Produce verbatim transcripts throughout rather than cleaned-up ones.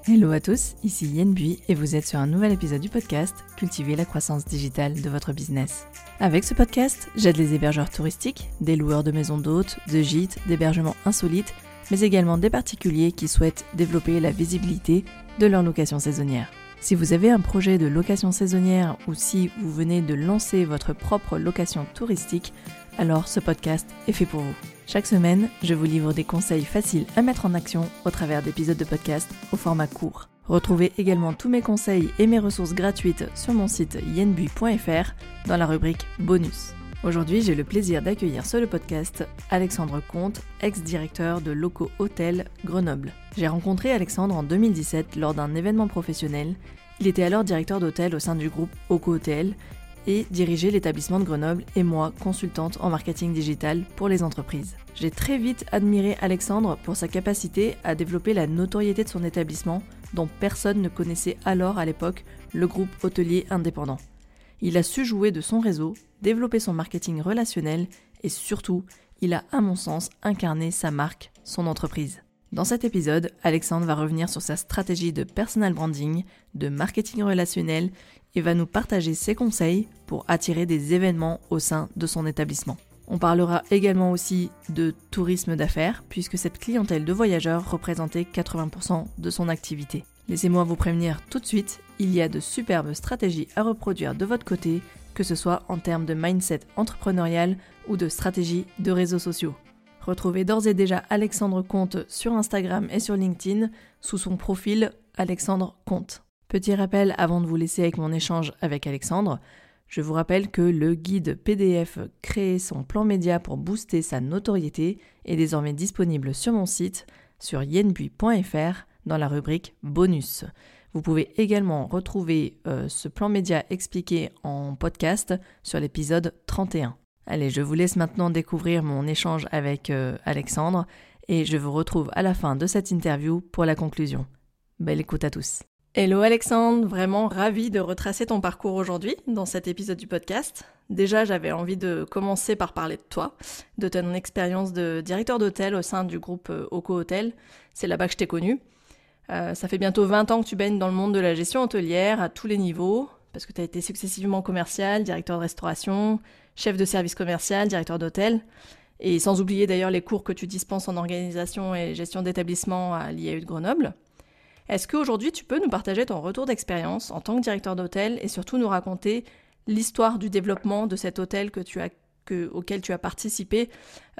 Hello à tous, ici Yen Bui et vous êtes sur un nouvel épisode du podcast Cultiver la croissance digitale de votre business. Avec ce podcast, j'aide les hébergeurs touristiques, des loueurs de maisons d'hôtes, de gîtes, d'hébergements insolites, mais également des particuliers qui souhaitent développer la visibilité de leur location saisonnière. Si vous avez un projet de location saisonnière ou si vous venez de lancer votre propre location touristique, alors ce podcast est fait pour vous. Chaque semaine, je vous livre des conseils faciles à mettre en action au travers d'épisodes de podcast au format court. Retrouvez également tous mes conseils et mes ressources gratuites sur mon site yen bui point f r dans la rubrique bonus. Aujourd'hui, j'ai le plaisir d'accueillir sur le podcast Alexandre Comte, ex-directeur de Loco Hôtel Grenoble. J'ai rencontré Alexandre en deux mille dix-sept lors d'un événement professionnel. Il était alors directeur d'hôtel au sein du groupe Oco Hôtel et dirigeait l'établissement de Grenoble et moi, consultante en marketing digital pour les entreprises. J'ai très vite admiré Alexandre pour sa capacité à développer la notoriété de son établissement dont personne ne connaissait alors à l'époque le groupe hôtelier indépendant. Il a su jouer de son réseau, développer son marketing relationnel et surtout, il a à mon sens incarné sa marque, son entreprise. Dans cet épisode, Alexandre va revenir sur sa stratégie de personal branding, de marketing relationnel et va nous partager ses conseils pour attirer des événements au sein de son établissement. On parlera également aussi de tourisme d'affaires puisque cette clientèle de voyageurs représentait quatre-vingts pour cent de son activité. Laissez-moi vous prévenir tout de suite, il y a de superbes stratégies à reproduire de votre côté, que ce soit en termes de mindset entrepreneurial ou de stratégie de réseaux sociaux. Retrouvez d'ores et déjà Alexandre Comte sur Instagram et sur LinkedIn sous son profil Alexandre Comte. Petit rappel avant de vous laisser avec mon échange avec Alexandre, je vous rappelle que le guide P D F Créer son plan média pour booster sa notoriété est désormais disponible sur mon site sur yen bui point f r dans la rubrique bonus. Vous pouvez également retrouver euh, ce plan média expliqué en podcast sur l'épisode trente et un. Allez, je vous laisse maintenant découvrir mon échange avec euh, Alexandre et je vous retrouve à la fin de cette interview pour la conclusion. Belle écoute à tous. Hello Alexandre, vraiment ravie de retracer ton parcours aujourd'hui dans cet épisode du podcast. Déjà, j'avais envie de commencer par parler de toi, de ton expérience de directeur d'hôtel au sein du groupe euh, Oco Hôtel. C'est là-bas que je t'ai connu. Euh, ça fait bientôt vingt ans que tu baignes dans le monde de la gestion hôtelière à tous les niveaux, parce que tu as été successivement commercial, directeur de restauration, chef de service commercial, directeur d'hôtel, et sans oublier d'ailleurs les cours que tu dispenses en organisation et gestion d'établissement à l'I A U de Grenoble. Est-ce qu'aujourd'hui tu peux nous partager ton retour d'expérience en tant que directeur d'hôtel et surtout nous raconter l'histoire du développement de cet hôtel que tu as, que, auquel tu as participé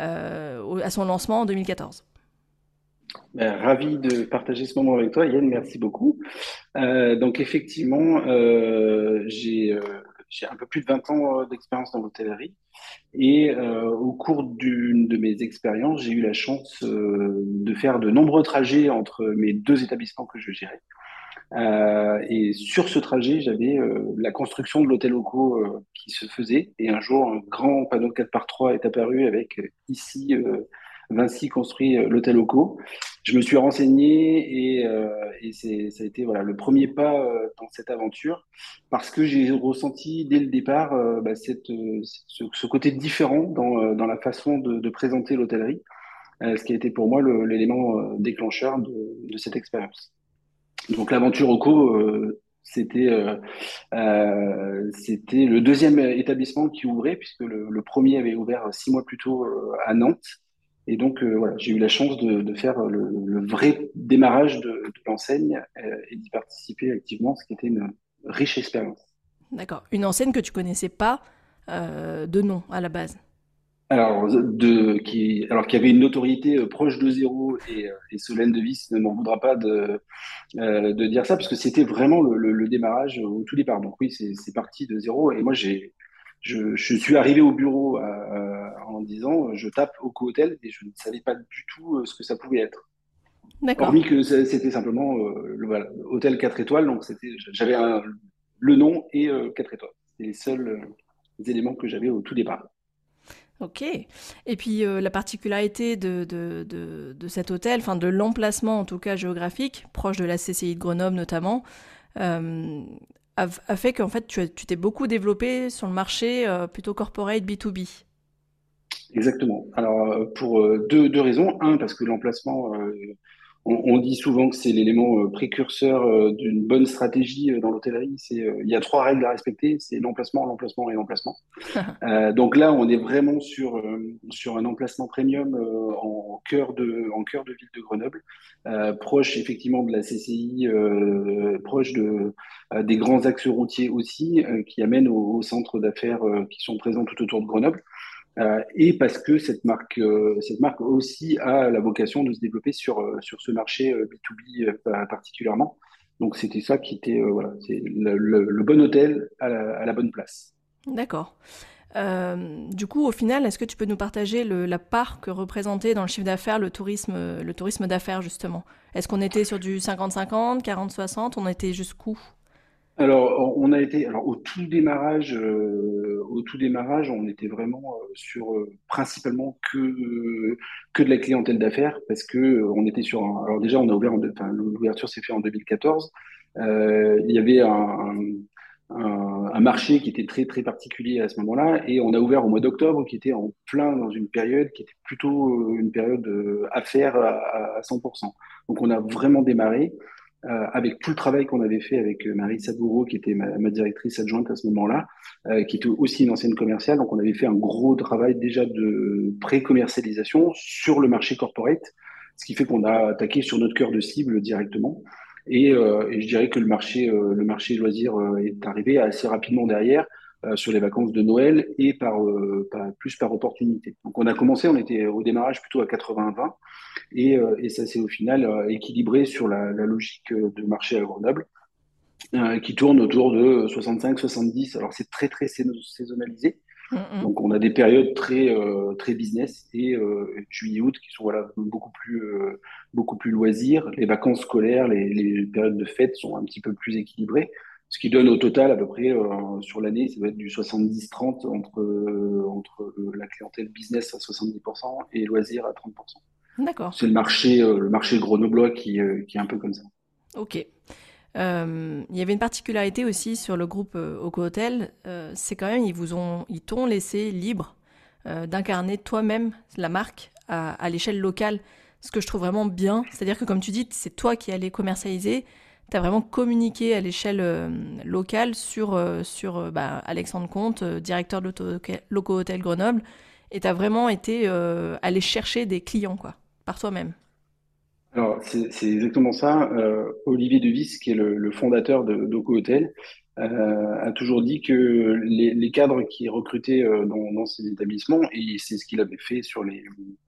euh, à son lancement en deux mille quatorze? Ben, ravi de partager ce moment avec toi, Yann, merci beaucoup. Euh, donc effectivement, euh, j'ai euh, j'ai un peu plus de vingt ans euh, d'expérience dans l'hôtellerie et euh, au cours d'une de mes expériences, j'ai eu la chance euh, de faire de nombreux trajets entre mes deux établissements que je gérais. Euh, et sur ce trajet, j'avais euh, la construction de l'hôtel Oco euh, qui se faisait. Et un jour, un grand panneau quatre par trois est apparu avec euh, ici euh, Vinci construit euh, l'hôtel Oco. Je me suis renseigné et, euh, et c'est, ça a été voilà, le premier pas euh, dans cette aventure parce que j'ai ressenti dès le départ euh, bah, cette, euh, ce, ce côté différent dans, euh, dans la façon de, de présenter l'hôtellerie, euh, ce qui a été pour moi le- l'élément euh, déclencheur de, de cette expérience. Donc l'aventure Oco, euh, c'était euh, euh, c'était le deuxième établissement qui ouvrait puisque le, le premier avait ouvert six mois plus tôt euh, à Nantes. Et donc euh, voilà, j'ai eu la chance de, de faire le, le vrai démarrage de, de l'enseigne euh, et d'y participer activement, ce qui était une riche expérience. D'accord, une enseigne que tu connaissais pas euh, de nom à la base. Alors, de, qui, alors qu'il y avait une notoriété euh, proche de zéro et, euh, et Solène Devis ne m'en voudra pas de, euh, de dire ça parce que c'était vraiment le, le, le démarrage au tout départ. Donc oui, c'est c'est parti de zéro. Et moi, j'ai, je, je suis arrivé au bureau euh, euh, en disant, je tape au co-hôtel et je ne savais pas du tout euh, ce que ça pouvait être. D'accord. Hormis que c'est- c'était simplement euh, le, voilà, hôtel quatre étoiles. Donc c'était, j'avais un- le nom et euh, quatre étoiles. C'était les seuls euh, éléments que j'avais au tout départ. Ok. Et puis euh, la particularité de, de, de, de cet hôtel, enfin de l'emplacement en tout cas géographique, proche de la C C I de Grenoble notamment, euh, a, a fait qu'en fait tu as- tu t'es beaucoup développé sur le marché euh, plutôt corporate B to B. Exactement. Alors, euh, pour euh, deux, deux raisons. Un, parce que l'emplacement, euh, on, on dit souvent que c'est l'élément euh, précurseur euh, d'une bonne stratégie euh, dans l'hôtellerie. C'est, euh, il y a trois règles à respecter, c'est l'emplacement, l'emplacement et l'emplacement. Euh, donc là, on est vraiment sur, euh, sur un emplacement premium euh, en cœur de, en cœur de ville de Grenoble, euh, proche effectivement de la C C I, euh, proche de, euh, des grands axes routiers aussi, euh, qui amènent aux, aux centres d'affaires euh, qui sont présents tout autour de Grenoble. Euh, et parce que cette marque, euh, cette marque aussi a la vocation de se développer sur, euh, sur ce marché euh, B deux B euh, particulièrement. Donc c'était ça qui était, euh, voilà, c'est le, le, le bon hôtel à la, à la bonne place. D'accord. Euh, du coup, au final, est-ce que tu peux nous partager le, la part que représentait dans le chiffre d'affaires le tourisme, le tourisme d'affaires, justement? Est-ce qu'on était sur du cinquante cinquante, quarante soixante? On était jusqu'où? Alors, on a été, alors au tout démarrage, euh, au tout démarrage, on était vraiment euh, sur euh, principalement que euh, que de la clientèle d'affaires parce que euh, on était sur un, alors déjà on a ouvert, en deux- enfin l'ouverture s'est fait en deux mille quatorze. Euh, il y avait un, un, un marché qui était très très particulier à ce moment-là et on a ouvert au mois d'octobre qui était en plein dans une période qui était plutôt euh, une période euh, affaires à, à cent pour cent. Donc on a vraiment démarré euh, avec tout le travail qu'on avait fait avec euh, Marie Saboureau, qui était ma, ma directrice adjointe à ce moment-là, euh, qui était aussi une ancienne commerciale. Donc, on avait fait un gros travail déjà de pré-commercialisation sur le marché corporate, ce qui fait qu'on a attaqué sur notre cœur de cible directement. Et, euh, et je dirais que le marché, euh, le marché loisirs euh, est arrivé assez rapidement derrière euh, sur les vacances de Noël et par, euh, par, plus par opportunité. Donc, on a commencé, on était au démarrage plutôt à quatre-vingts vingt. Et, euh, et ça s'est au final euh, équilibré sur la, la logique euh, de marché à Grenoble, euh, qui tourne autour de soixante-cinq soixante-dix. Alors c'est très très saisonnalisé. Mm-mm. Donc on a des périodes très euh, très business et euh, juillet-août qui sont voilà beaucoup plus euh, beaucoup plus loisirs. Les vacances scolaires, les, les périodes de fête sont un petit peu plus équilibrées. Ce qui donne au total à peu près euh, sur l'année, ça doit être du soixante-dix trente entre, euh, entre euh, la clientèle business à soixante-dix pour cent et loisirs à trente pour cent. D'accord. C'est le marché, euh, le marché grenoblois qui, euh, qui est un peu comme ça. Ok. Euh, il y avait une particularité aussi sur le groupe euh, Oco Hotel, euh, c'est quand même ils vous ont, ils t'ont laissé libre euh, d'incarner toi-même la marque à, à l'échelle locale, ce que je trouve vraiment bien. C'est-à-dire que comme tu dis, c'est toi qui allais commercialiser, tu as vraiment communiqué à l'échelle euh, locale sur, euh, sur euh, bah, Alexandre Comte, euh, directeur de l'Oco Hotel Grenoble, et tu as vraiment été euh, aller chercher des clients quoi, par toi-même. Alors, c'est c'est exactement ça. Euh, Olivier Devis, qui est le, le fondateur de d'Oco Hotel, euh, a toujours dit que les, les cadres qui recrutaient euh, dans, dans ces établissements, et c'est ce qu'il avait fait sur les,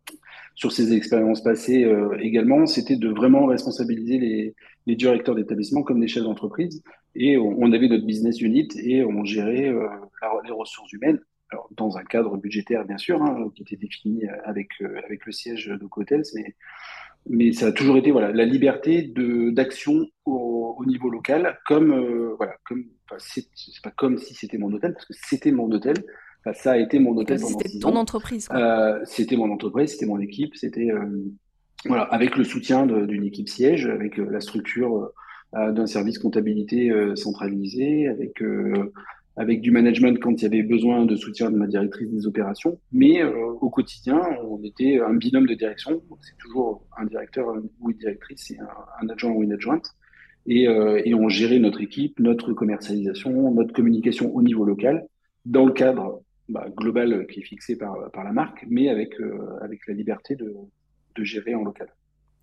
sur ses expériences passées euh, également, c'était de vraiment responsabiliser les, les directeurs d'établissement comme des chefs d'entreprise. Et on, on avait notre business unit et on gérait euh, la- les ressources humaines. Alors, dans un cadre budgétaire, bien sûr, hein, qui était défini avec, euh, avec le siège d'Oco Hotels, mais mais ça a toujours été voilà la liberté de d'action au, au niveau local, comme euh, voilà comme enfin, c'est c'est pas comme si c'était mon hôtel parce que c'était mon hôtel. Enfin, ça a été mon Comme hôtel si pendant c'était six ton ans. entreprise quoi. Euh, c'était mon entreprise, c'était mon équipe, c'était euh, voilà avec le soutien de- d'une équipe siège, avec euh, la structure euh, d'un service comptabilité euh, centralisé, avec euh, avec du management quand il y avait besoin de soutien de ma directrice des opérations. Mais euh, au quotidien, on était un binôme de direction. C'est toujours un directeur ou une directrice et un, un adjoint ou une adjointe. Et, euh, et on gérait notre équipe, notre commercialisation, notre communication au niveau local, dans le cadre bah, global qui est fixé par, par la marque, mais avec, euh, avec la liberté de, de gérer en local.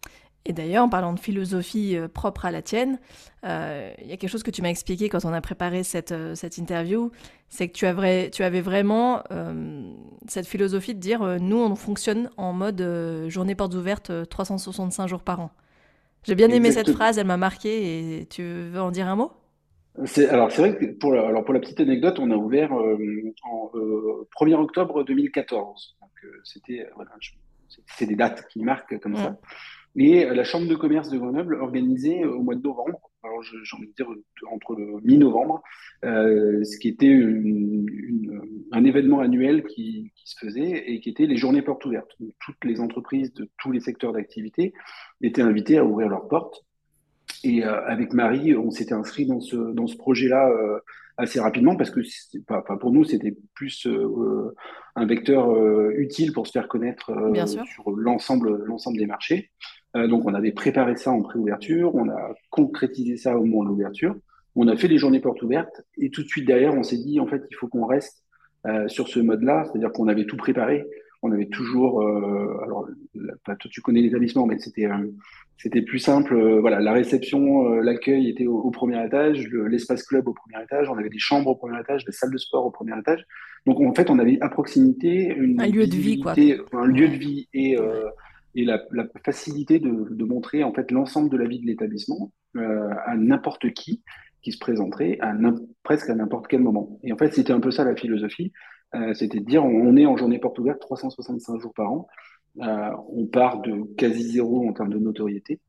Et d'ailleurs, en parlant de philosophie euh, propre à la tienne, euh, il y a quelque chose que tu m'as expliqué quand on a préparé cette, euh, cette interview, c'est que tu, as vrai- tu avais vraiment euh, cette philosophie de dire euh, nous, on fonctionne en mode euh, journée portes ouvertes euh, trois cent soixante-cinq jours par an. J'ai bien aimé cette Exactement. phrase, elle m'a marqué et tu veux en dire un mot? C'est, alors, c'est vrai que pour la, alors pour la petite anecdote, on a ouvert euh, en euh, premier octobre deux mille quatorze. Donc, euh, c'était, euh, voilà, je- c'est c'est des dates qui marquent comme Mm. ça. Et euh, la Chambre de commerce de Grenoble organisait euh, au mois de novembre, alors je- j'ai envie de dire euh, entre le mi-novembre, euh, ce qui était une- une- un événement annuel qui, qui se faisait et qui était les journées portes ouvertes. Donc, toutes les entreprises de tous les secteurs d'activité étaient invitées à ouvrir leurs portes. Et euh, avec Marie, on s'était inscrit dans ce, dans ce projet-là euh, assez rapidement parce que c'est pas, enfin, pour nous, c'était plus euh, un vecteur euh, utile pour se faire connaître Bien euh, sûr. sur l'ensemble, l'ensemble des marchés. Euh, donc, on avait préparé ça en préouverture, on a concrétisé ça au moment de l'ouverture, on a fait les journées portes ouvertes, et tout de suite derrière, on s'est dit, en fait, il faut qu'on reste euh, sur ce mode-là, c'est-à-dire qu'on avait tout préparé, on avait toujours, euh, alors, là, toi, tu connais l'établissement, mais c'était euh, c'était plus simple. Euh, voilà, la réception, euh, l'accueil était au, au premier étage, le- l'espace club au premier étage, on avait des chambres au premier étage, la salle de sport au premier étage. Donc, en fait, on avait à proximité Un une lieu de vie, quoi. visibilité, un lieu de Ouais, vie et euh, ouais. et la, la facilité de, de montrer en fait l'ensemble de la vie de l'établissement euh, à n'importe qui qui se présenterait à n'im- presque à n'importe quel moment. Et en fait, c'était un peu ça la philosophie, euh, c'était de dire on, on est en journée porte ouverte trois cent soixante-cinq jours par an, euh, on part de quasi zéro en termes de notoriété,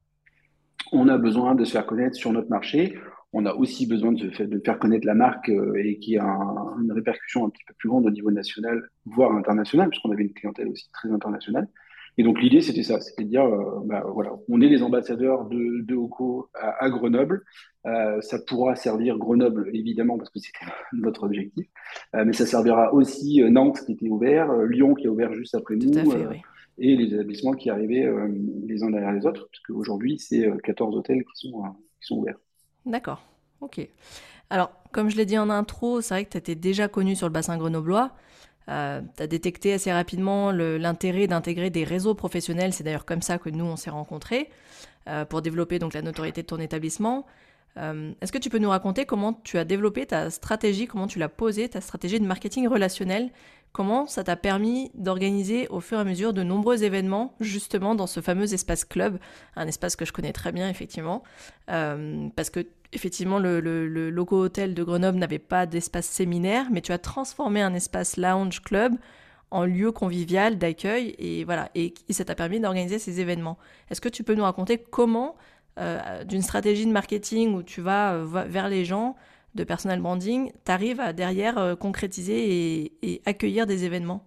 on a besoin de se faire connaître sur notre marché. On a aussi besoin de, se faire, de faire connaître la marque euh, et qui a un- une répercussion un petit peu plus grande au niveau national, voire international, puisqu'on avait une clientèle aussi très internationale. Et donc l'idée, c'était ça, c'était de dire, euh, bah, voilà, on est les ambassadeurs de, de Oco à, à Grenoble. Euh, ça pourra servir Grenoble, évidemment, parce que c'était notre objectif. Euh, mais ça servira aussi euh, Nantes, qui était ouvert, euh, Lyon, qui a ouvert juste après Tout à nous, fait, euh, oui. et les établissements qui arrivaient euh, les uns derrière les autres, parce qu'aujourd'hui, c'est euh, quatorze hôtels qui sont, euh, qui sont ouverts. D'accord. Ok. Alors, comme je l'ai dit en intro, c'est vrai que tu étais déjà connu sur le bassin grenoblois. Euh, tu as détecté assez rapidement le- l'intérêt d'intégrer des réseaux professionnels. C'est d'ailleurs comme ça que nous, on s'est rencontrés, euh, pour développer donc la notoriété de ton établissement. Euh, Est-ce que tu peux nous raconter comment tu as développé ta stratégie, comment tu l'as posée, ta stratégie de marketing relationnel? Comment ça t'a permis d'organiser au fur et à mesure de nombreux événements, justement dans ce fameux espace club, un espace que je connais très bien, effectivement, euh, parce que effectivement, le, le, le logo hôtel de Grenoble n'avait pas d'espace séminaire, mais tu as transformé un espace lounge club en lieu convivial d'accueil, et voilà, et, et ça t'a permis d'organiser ces événements. Est-ce que tu peux nous raconter comment, euh, d'une stratégie de marketing où tu vas euh, vers les gens, de personal branding, tu arrives à derrière euh, concrétiser et, et accueillir des événements?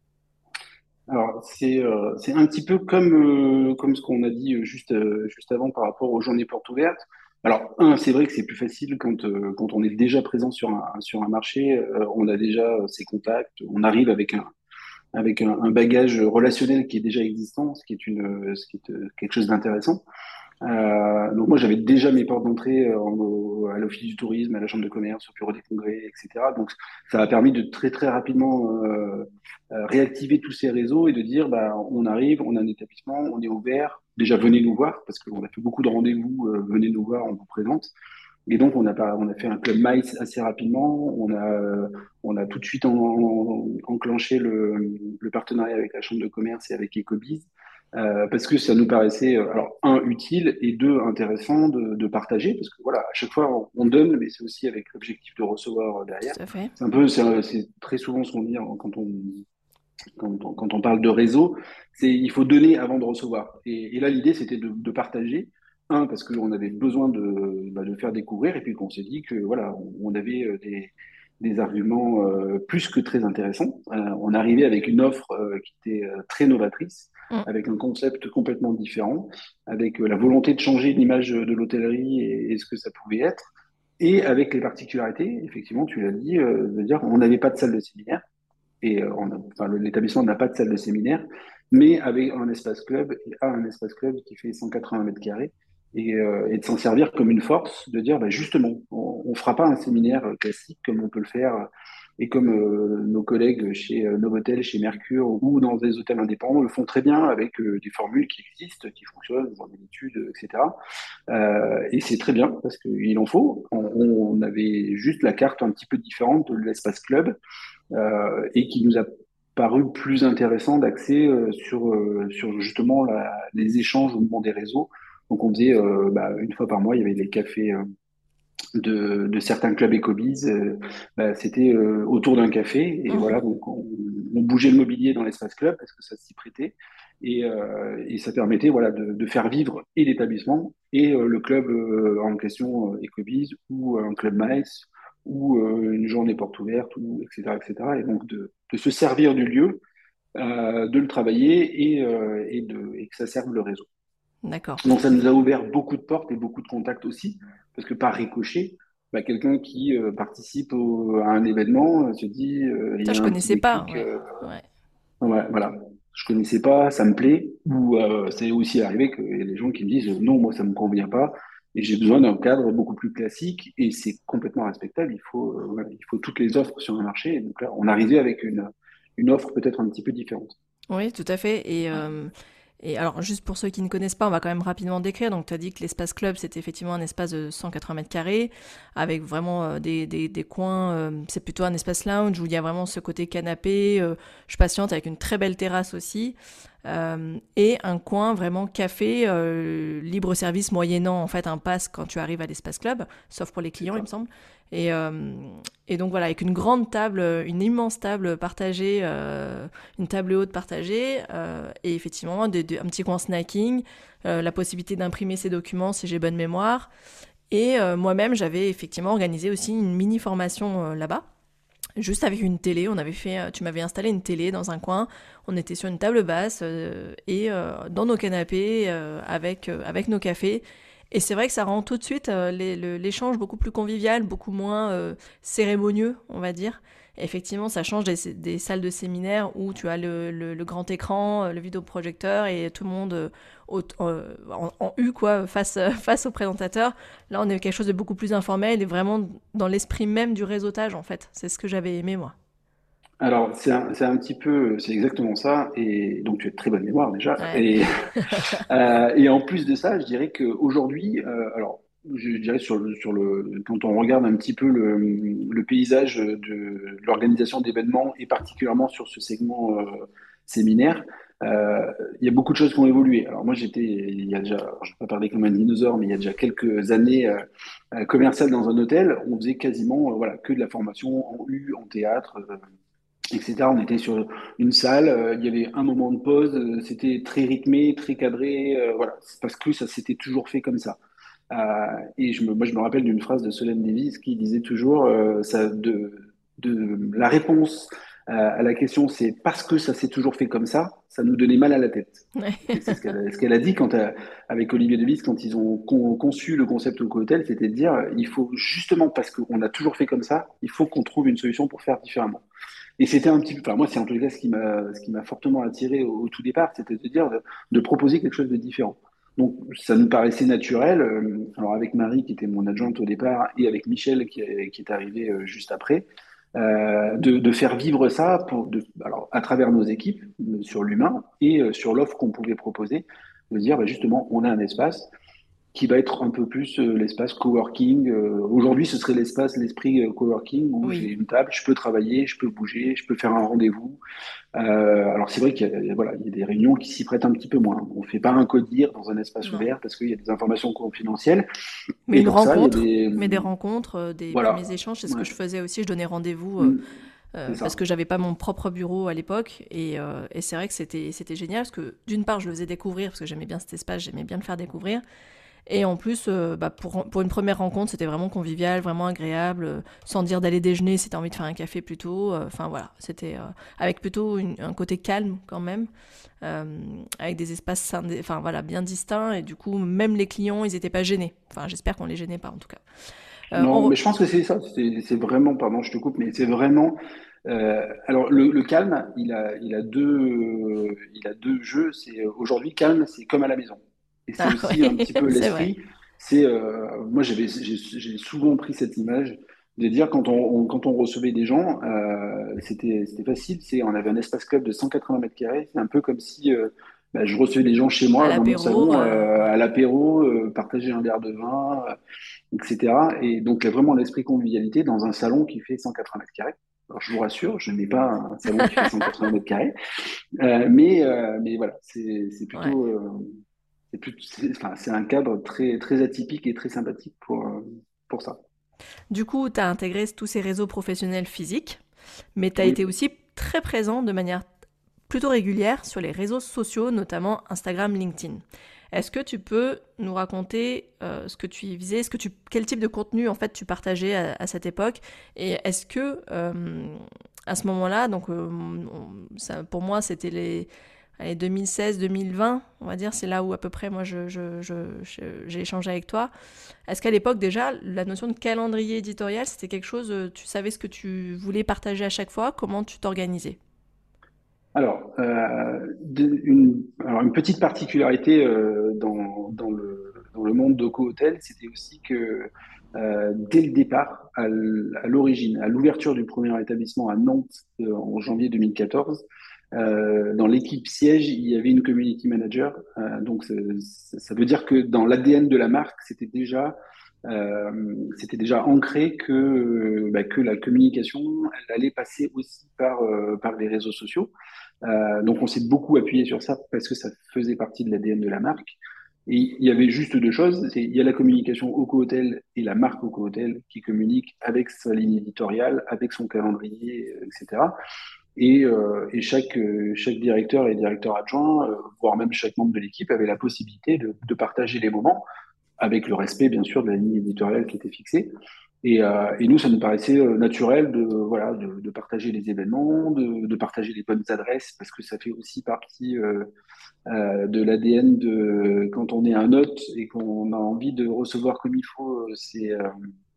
Alors, c'est euh, c'est un petit peu comme, euh, comme ce qu'on a dit euh, juste, euh, juste avant par rapport aux journées portes ouvertes. Alors, un, c'est vrai que c'est plus facile quand, euh, quand on est déjà présent sur un, sur un marché, euh, on a déjà euh, ses contacts, on arrive avec un, avec un, un bagage relationnel qui est déjà existant, ce qui est, une, ce qui est euh, quelque chose d'intéressant. Euh, donc moi, j'avais déjà mes portes d'entrée euh, en- au- à l'Office du tourisme, à la Chambre de commerce, au Bureau des congrès, et cetera. Donc ça a permis de très très rapidement euh, euh, réactiver tous ces réseaux et de dire, bah, on arrive, on a un établissement, on est ouvert. Déjà, venez nous voir, parce qu'on a fait beaucoup de rendez-vous, euh, venez nous voir, on vous présente. Et donc, on a, pas, on a fait un club Mice assez rapidement. On a, euh, on a tout de suite en, en- enclenché le, le partenariat avec la Chambre de commerce et avec Ecobiz, euh, parce que ça nous paraissait, euh, alors, un, utile et deux, intéressant de, de partager, parce que voilà, à chaque fois, on, on donne, mais c'est aussi avec l'objectif de recevoir euh, derrière. Tout à fait. C'est un peu, c'est un- c'est très souvent ce qu'on dit hein, quand on, quand on, quand on parle de réseau, c'est il faut donner avant de recevoir. Et, et là, l'idée, c'était de, de partager. Un, parce qu'on avait besoin de, bah, de faire découvrir, et puis qu'on s'est dit que voilà, on, on avait euh, des, des arguments euh, plus que très intéressants. Euh, on arrivait avec une offre euh, qui était euh, très novatrice, Mm. avec un concept complètement différent, avec euh, la volonté de changer l'image de l'hôtellerie et, et ce que ça pouvait être, et avec les particularités, effectivement, tu l'as dit, euh, de dire on n'avait pas de salle de séminaire et euh, on a- enfin, le- l'établissement n'a pas de salle de séminaire, mais avec un espace club, et a un espace club qui fait cent quatre-vingts mètres carrés, et, euh, et de s'en servir comme une force, de dire bah, justement, on ne fera pas un séminaire euh, classique comme on peut le faire, euh, et comme euh, nos collègues chez euh, Novotel, chez Mercure ou dans des hôtels indépendants le font très bien avec euh, des formules qui existent, qui fonctionnent, dans des études, et cetera. Euh, et c'est très bien parce qu'il en faut. On, on avait juste la carte un petit peu différente de l'espace club euh, et qui nous a paru plus intéressant d'axer euh, sur, euh, sur justement la, les échanges au moment des réseaux. Donc on faisait euh, bah, une fois par mois, il y avait les cafés euh, de, de certains clubs Ecobiz. Euh, bah, c'était euh, autour d'un café et voilà, Mhm. donc on, on bougeait le mobilier dans l'espace club parce que ça s'y prêtait et, euh, et ça permettait voilà de, de faire vivre et l'établissement et euh, le club euh, en question euh, Ecobiz ou un club Mice ou euh, une journée porte ouverte ou et cetera et cetera et donc de, de se servir du lieu, euh, de le travailler et, euh, et, de, et que ça serve le réseau. D'accord. Donc ça nous a ouvert beaucoup de portes et beaucoup de contacts aussi, parce que par ricochet, bah, quelqu'un qui euh, participe au- à un événement euh, se dit, euh, il Ça, y je a un petit connaissais pas. déclic, Ouais. euh, Ouais. ouais, voilà. je connaissais pas, ça me plaît, ou euh, c'est aussi arrivé qu'il y a des gens qui me disent non, moi ça me convient pas, et j'ai besoin d'un cadre beaucoup plus classique, et c'est complètement respectable. Il faut, euh, voilà, il faut toutes les offres sur le marché. Et donc là, on arrivait avec une, une offre peut-être un petit peu différente. Oui, tout à fait. Et, euh, et alors, juste pour ceux qui ne connaissent pas, on va quand même rapidement décrire. Donc, tu as dit que l'espace club, c'était effectivement un espace de cent quatre-vingts mètres carrés, avec vraiment euh, des, des, des coins. Euh, c'est plutôt un espace lounge où il y a vraiment ce côté canapé. Euh, je patiente avec une très belle terrasse aussi. Euh, et un coin vraiment café, euh, libre service moyennant en fait un pass quand tu arrives à l'espace club, sauf pour les C'est clients, il me ça. semble. Et, euh, et donc voilà, avec une grande table, une immense table partagée, euh, une table haute partagée, euh, et effectivement des- des- un petit coin snacking, euh, la possibilité d'imprimer ses documents si j'ai bonne mémoire. Et euh, moi-même, j'avais effectivement organisé aussi une mini formation euh, là-bas. Juste avec une télé, on avait fait, euh, tu m'avais installé une télé dans un coin, on était sur une table basse euh, et euh, dans nos canapés euh, avec, euh, avec nos cafés. Et c'est vrai que ça rend tout de suite euh, les- le- l'échange beaucoup plus convivial, beaucoup moins euh, cérémonieux, on va dire. Et effectivement, ça change des, des salles de séminaire où tu as le, le- le grand écran, euh, le vidéoprojecteur et tout le monde euh, au- euh, en, en U, quoi, face, face au présentateur. Là, on est quelque chose de beaucoup plus informel et vraiment dans l'esprit même du réseautage, en fait. C'est ce que j'avais aimé, moi. Alors, c'est un, c'est un petit peu, c'est exactement ça. Et donc, tu as de très bonne mémoire déjà. Ouais. Et, euh, et en plus de ça, je dirais qu'aujourd'hui, euh, alors, je dirais sur le, sur le, quand on regarde un petit peu le, le paysage de l'organisation d'événements et particulièrement sur ce segment euh, séminaire, euh, il y a beaucoup de choses qui ont évolué. Alors moi, j'étais, il y a déjà, alors, je ne vais pas parler comme un dinosaure, mais il y a déjà quelques années euh, euh, commercial dans un hôtel, on faisait quasiment euh, voilà, que de la formation en U, en théâtre, euh, et cetera. On était sur une salle, euh, il y avait un moment de pause, euh, c'était très rythmé, très cadré, euh, voilà, c'est parce que ça s'était toujours fait comme ça. Euh, et je me, moi, je me rappelle d'une phrase de Solène Davis qui disait toujours euh, ça, de, de, la réponse euh, à la question, c'est parce que ça s'est toujours fait comme ça, ça nous donnait mal à la tête. Ouais. Et c'est ce qu'elle a, ce qu'elle a dit quand elle- avec Olivier Devis, quand ils ont con- conçu le concept au Cohotel, c'était de dire il faut justement parce qu'on a toujours fait comme ça, il faut qu'on trouve une solution pour faire différemment. Et c'était un petit peu, enfin moi c'est en tout cas ce qui m'a ce qui m'a fortement attiré au, au tout départ, c'était de dire de, de proposer quelque chose de différent. Donc ça nous paraissait naturel. euh, Alors avec Marie qui était mon adjointe au départ et avec Michel qui, est- qui est arrivé euh, juste après, euh, de, de faire vivre ça pour de, alors à travers nos équipes euh, sur l'humain et euh, sur l'offre qu'on pouvait proposer, de dire bah, justement on a un espace qui va être un peu plus euh, l'espace coworking. Euh, aujourd'hui, ce serait l'espace, l'esprit euh, coworking où j'ai Oui. une table, je peux travailler, je peux bouger, je peux faire un rendez-vous. Euh, alors c'est vrai qu'il y a, voilà, il y a des réunions qui s'y prêtent un petit peu moins. On ne fait pas un codir dans un espace Non. ouvert parce qu'il y a des informations confidentielles. Mais Et une pour ça, il y a rencontre, des... mais des rencontres, euh, des premiers Voilà. échanges, c'est ce que Ouais. je faisais aussi. Je donnais rendez-vous euh, Mm. C'est euh, parce ça. que j'avais pas mon propre bureau à l'époque. Et, euh, et c'est vrai que c'était, c'était génial parce que d'une part, je le faisais découvrir parce que j'aimais bien cet espace, j'aimais bien le faire découvrir. Et en plus, euh, bah, pour, pour une première rencontre, c'était vraiment convivial, vraiment agréable, euh, sans dire d'aller déjeuner si t'as envie de faire un café plutôt. euh, Enfin voilà, c'était euh, avec plutôt une- un côté calme quand même, euh, avec des espaces scindés- enfin voilà, bien distincts. Et du coup, même les clients, ils étaient pas gênés. Enfin, j'espère qu'on les gênait pas en tout cas. Euh, Non, on mais re- je pense que c'est ça. C'est c'est vraiment, pardon, je te coupe, mais c'est vraiment. euh, alors le, le calme, il a, il a deux, euh, il a deux jeux. C'est euh, aujourd'hui calme, c'est comme à la maison. Et c'est Ah aussi un ouais, petit peu c'est vrai. l'esprit. C'est euh, moi j'avais, j'ai j'ai souvent pris cette image de dire quand on, on- quand on recevait des gens, euh, c'était c'était facile. C'est on avait un espace club de cent quatre-vingts mètres carrés. C'est un peu comme si euh, bah, je recevais des gens chez À moi dans mon l'apéro, salon euh, euh, ouais. à l'apéro, euh, partager un verre de vin et cetera. Et donc, il y a vraiment l'esprit convivialité dans un salon qui fait cent quatre-vingts mètres carrés. Alors, je vous rassure, je n'ai pas un salon qui fait cent quatre-vingts mètres carrés, euh, mais, euh, mais voilà, c'est c'est Ouais. plutôt, euh, c'est plutôt, c'est, enfin, c'est un cadre très, très atypique et très sympathique pour, euh, pour ça. Du coup, tu as intégré tous ces réseaux professionnels physiques, mais tu as été Oui. aussi très présent de manière plutôt régulière sur les réseaux sociaux, notamment Instagram, LinkedIn. Est-ce que tu peux nous raconter euh, ce que tu y faisais, ce que tu, quel type de contenu en fait tu partageais à, à cette époque, et est-ce que euh, à ce moment-là, donc euh, on- ça, pour moi c'était les allez, deux mille seize deux mille vingt, on va dire, c'est là où à peu près moi je, je, je, je- j'ai échangé avec toi. Est-ce qu'à l'époque déjà la notion de calendrier éditorial c'était quelque chose, euh, tu savais ce que tu voulais partager à chaque fois, comment tu t'organisais? Alors, euh, de- une, alors, une petite particularité euh, dans, dans le, dans le monde d'Oco Hotel, c'était aussi que euh, dès le départ, à l- à l'origine, à l'ouverture du premier établissement à Nantes euh, en janvier deux mille quatorze, euh, dans l'équipe siège, il y avait une community manager. Euh, donc, ça, ça veut dire que dans l'A D N de la marque, c'était déjà, euh, c'était déjà ancré que, euh, bah, que la communication, elle allait passer aussi par, euh, par les réseaux sociaux. Euh, donc on s'est beaucoup appuyé sur ça parce que ça faisait partie de l'A D N de la marque. Et il y avait juste deux choses, c'est il y a la communication Oco Hotel et la marque Oco Hotel qui communique avec sa ligne éditoriale, avec son calendrier, et cetera. Et, euh, et chaque, euh, chaque directeur et directeur adjoint, euh, voire même chaque membre de l'équipe, avait la possibilité de, de partager les moments avec le respect, bien sûr, de la ligne éditoriale qui était fixée. Et, euh, et nous, ça nous paraissait euh, naturel de, voilà, de, de partager les événements, de, de partager les bonnes adresses, parce que ça fait aussi partie euh, euh, de l'A D N de quand on est un hôte et qu'on a envie de recevoir comme il faut euh, ses, euh,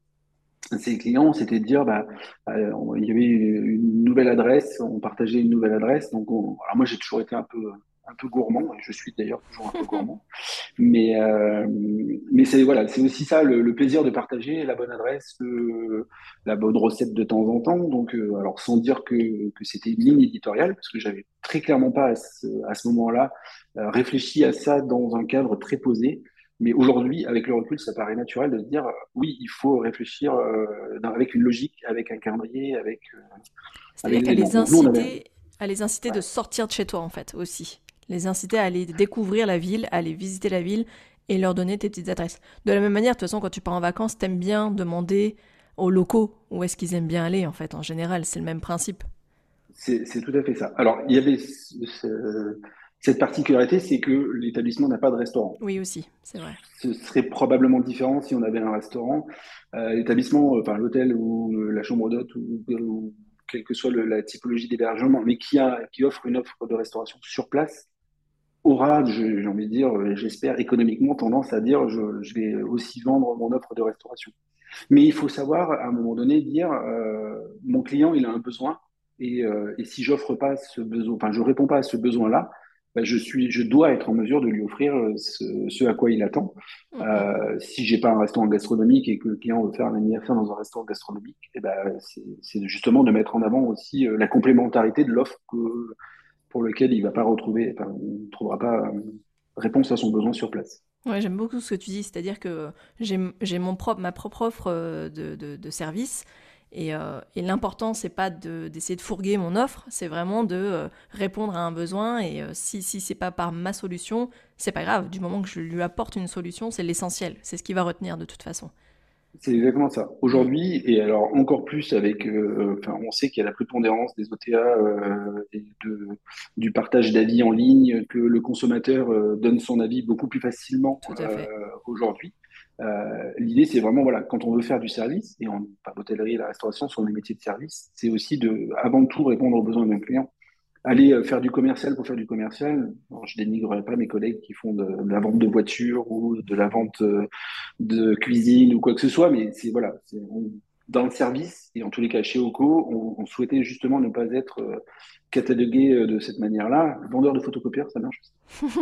ses clients, c'était de dire, bah, euh, on- il y avait une nouvelle adresse, on partageait une nouvelle adresse. Donc, on- alors moi, j'ai toujours été un peu, un peu gourmand, et je suis d'ailleurs toujours un peu gourmand. Mais, euh, mais c'est voilà, c'est aussi ça le, le plaisir de partager la bonne adresse, le- la bonne recette de temps en temps. Donc, euh, alors sans dire que, que c'était une ligne éditoriale, parce que j'avais très clairement pas à ce, à ce moment-là euh, réfléchi à ça dans un cadre très posé. Mais aujourd'hui, avec le recul, ça paraît naturel de se dire euh, oui, il faut réfléchir euh, dans- avec une logique, avec un calendrier, avec, euh, avec C'est-à-dire des qu'à éléments. les Donc nous, on avait. inciter, à les inciter de sortir de chez toi, en fait, aussi. Les inciter à aller découvrir la ville, à aller visiter la ville et leur donner tes petites adresses. De la même manière, de toute façon, quand tu pars en vacances, t'aimes bien demander aux locaux où est-ce qu'ils aiment bien aller, en fait, en général. C'est le même principe. C'est c'est tout à fait ça. Alors, il y avait ce- ce- cette particularité, c'est que l'établissement n'a pas de restaurant. Oui, aussi, c'est vrai. Ce serait probablement différent si on avait un restaurant. Euh, l'établissement, euh, enfin l'hôtel ou euh, la chambre d'hôte ou, ou quelle que soit le- la typologie d'hébergement, mais qui a, qui offre une offre de restauration sur place, aura, je- j'ai envie de dire, euh, j'espère, économiquement tendance à dire, je, je vais aussi vendre mon offre de restauration. Mais il faut savoir, à un moment donné, dire, euh, mon client, il a un besoin, et, euh, et si j'offre pas ce besoin, enfin, je réponds pas à ce besoin-là, ben, je suis, je dois être en mesure de lui offrir euh, ce, ce à quoi il attend. Mm, mm. Euh, si j'ai pas un restaurant gastronomique et que le client veut faire un anniversaire dans un restaurant gastronomique, et ben, c'est, c'est justement de mettre en avant aussi euh, la complémentarité de l'offre que- pour lequel il va pas retrouver, enfin, il ne trouvera pas euh, réponse à son besoin sur place. Ouais, j'aime beaucoup ce que tu dis, c'est-à-dire que j'ai j'ai mon propre, ma propre offre euh, de, de, de service et, euh, et l'important c'est pas de- d'essayer de fourguer mon offre, c'est vraiment de euh, répondre à un besoin et euh, si, si c'est pas par ma solution, c'est pas grave, du moment que je lui apporte une solution, c'est l'essentiel, c'est ce qui va retenir de toute façon. C'est exactement ça. Mm, Aujourd'hui, et alors encore plus avec, euh, enfin, on sait qu'il y a la prépondérance des O T A euh, et de, du partage d'avis en ligne, que le consommateur euh, donne son avis beaucoup plus facilement tout à euh, fait. aujourd'hui. Euh, l'idée, c'est vraiment, voilà, quand on veut faire du service, et en, enfin, l'hôtellerie et la restauration sont des métiers de service, c'est aussi de, avant tout, répondre aux besoins de nos clients. Aller euh, faire du commercial pour faire du commercial, bon, je dénigrerai pas mes collègues qui font de, de la vente de voitures ou de la vente euh, de cuisine ou quoi que ce soit, mais c'est voilà, c'est on- dans le service et en tous les cas chez Oco, on, on souhaitait justement ne pas être euh, catalogué euh, de cette manière-là. Vendeur de photocopieurs, ça marche.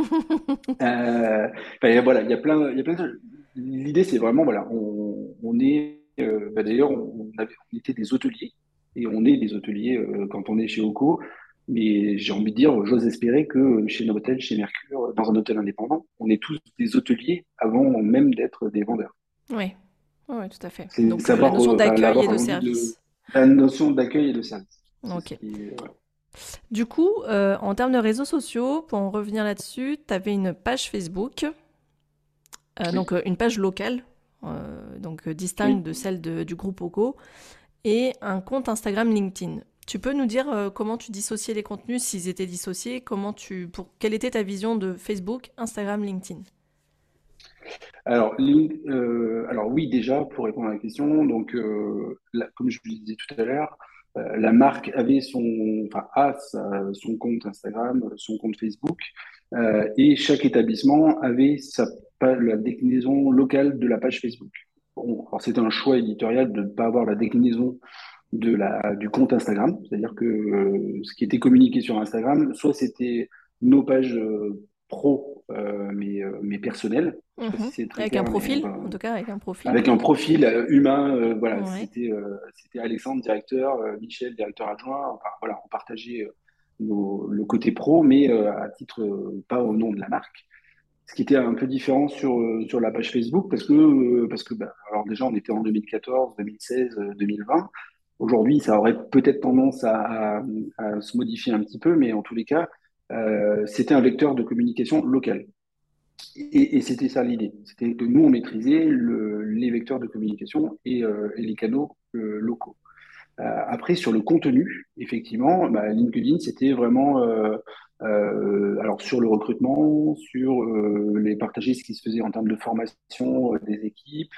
Euh, enfin, voilà, il y a plein, il y a plein de... L'idée, c'est vraiment voilà, on, on est euh, bah, d'ailleurs on, on avait- on était des hôteliers et on est des hôteliers euh, quand on est chez Oco. Mais j'ai envie de dire, j'ose espérer que chez Novotel, chez Mercure, dans un hôtel indépendant, on est tous des hôteliers avant même d'être des vendeurs. Oui, ouais, tout à fait. C'est Donc euh, la savoir, notion euh, enfin, d'accueil et avoir de envie de service. la notion d'accueil et de service. C'est ce Ok. qui est, ouais. Du coup, euh, en termes de réseaux sociaux, pour en revenir là-dessus, tu avais une page Facebook. Euh, donc Oui, euh, une page locale, euh, donc euh, distincte oui. de celle de- du groupe Oco, et un compte Instagram LinkedIn. Tu peux nous dire euh, comment tu dissociais les contenus, s'ils étaient dissociés, comment tu, pour, quelle était ta vision de Facebook, Instagram, LinkedIn? Alors, Link- euh, alors oui, déjà pour répondre à la question, donc euh, la- comme je le disais tout à l'heure, euh, la marque avait son, enfin a sa- son compte Instagram, son compte Facebook, euh, et chaque établissement avait sa pa- la déclinaison locale de la page Facebook. Bon, alors c'était un choix éditorial de ne pas avoir la déclinaison de la, du compte Instagram. C'est-à-dire que euh, ce qui était communiqué sur Instagram, soit c'était nos pages euh, pro, euh, mais, euh, mais personnelles. Je sais pas si Mhm. c'est très Avec un clair, mais profil, enfin, en tout cas avec un profil. avec un profil euh, humain. Euh, voilà, Ouais. c'était euh, c'était Alexandre, directeur, euh, Michel, directeur adjoint. Enfin, voilà, on partageait euh, nos- le côté pro, mais euh, à titre euh, pas au nom de la marque. Ce qui était un peu différent sur, euh, sur la page Facebook, parce que, euh, parce que bah, alors déjà, on était en deux mille quatorze, deux mille seize, euh, deux mille vingt. Aujourd'hui, ça aurait peut-être tendance à, à- à se modifier un petit peu, mais en tous les cas, euh, c'était un vecteur de communication local. Et, et c'était ça l'idée. C'était que nous, on maîtrisait le- les vecteurs de communication et, euh, et les canaux euh, locaux. Euh, après, sur le contenu, effectivement, bah, LinkedIn, c'était vraiment euh, euh, alors sur le recrutement, sur euh, les partager ce qui se faisait en termes de formation euh, des équipes,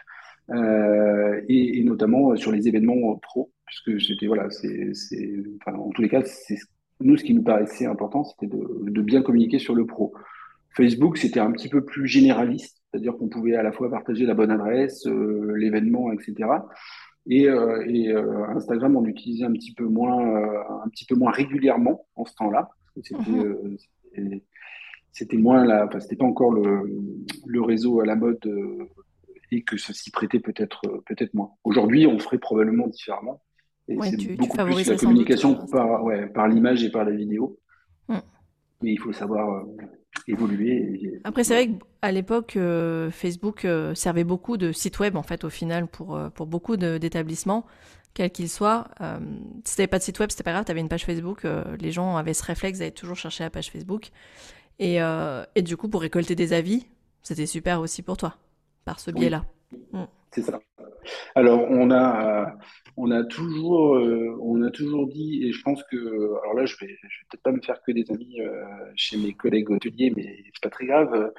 euh, et, et notamment euh, sur les événements euh, pro, puisque c'était voilà, c'est, c'est, enfin, en tous les cas, c'est nous ce qui nous paraissait important, c'était de, de bien communiquer sur le pro. Facebook, c'était un petit peu plus généraliste, c'est-à-dire qu'on pouvait à la fois partager la bonne adresse, euh, l'événement, et cetera. Et, euh, et euh, Instagram, on l'utilisait un petit peu moins, euh, un petit peu moins régulièrement en ce temps-là, parce que c'était, Mhm. euh, c'était c'était moins la, enfin, c'était pas encore le, le réseau à la mode euh, et que ça s'y prêtait peut-être, euh, peut-être moins. Aujourd'hui, on ferait probablement différemment. Et Ouais, c'est tu, tu beaucoup plus la favoriserais sans doute communication euh, par, Instagram. ouais, par l'image et par la vidéo. Mm. Mais il faut savoir euh, évoluer. Et, et Après, c'est voilà. vrai qu'à l'époque, euh, Facebook euh, servait beaucoup de site web, en fait, au final, pour, euh, pour beaucoup de- d'établissements, quels qu'ils soient. Euh, si t'avais pas de site web, c'était pas grave, t'avais une page Facebook, euh, les gens avaient ce réflexe d'aller toujours chercher la page Facebook. Et, euh, et du coup, pour récolter des avis, c'était super aussi pour toi, par ce Oui, biais-là. Mm. c'est ça. Alors, on a, on a toujours, euh, on a toujours dit, et je pense que, alors là, je vais, je vais peut-être pas me faire que des amis euh, chez mes collègues hôteliers, mais c'est pas très grave.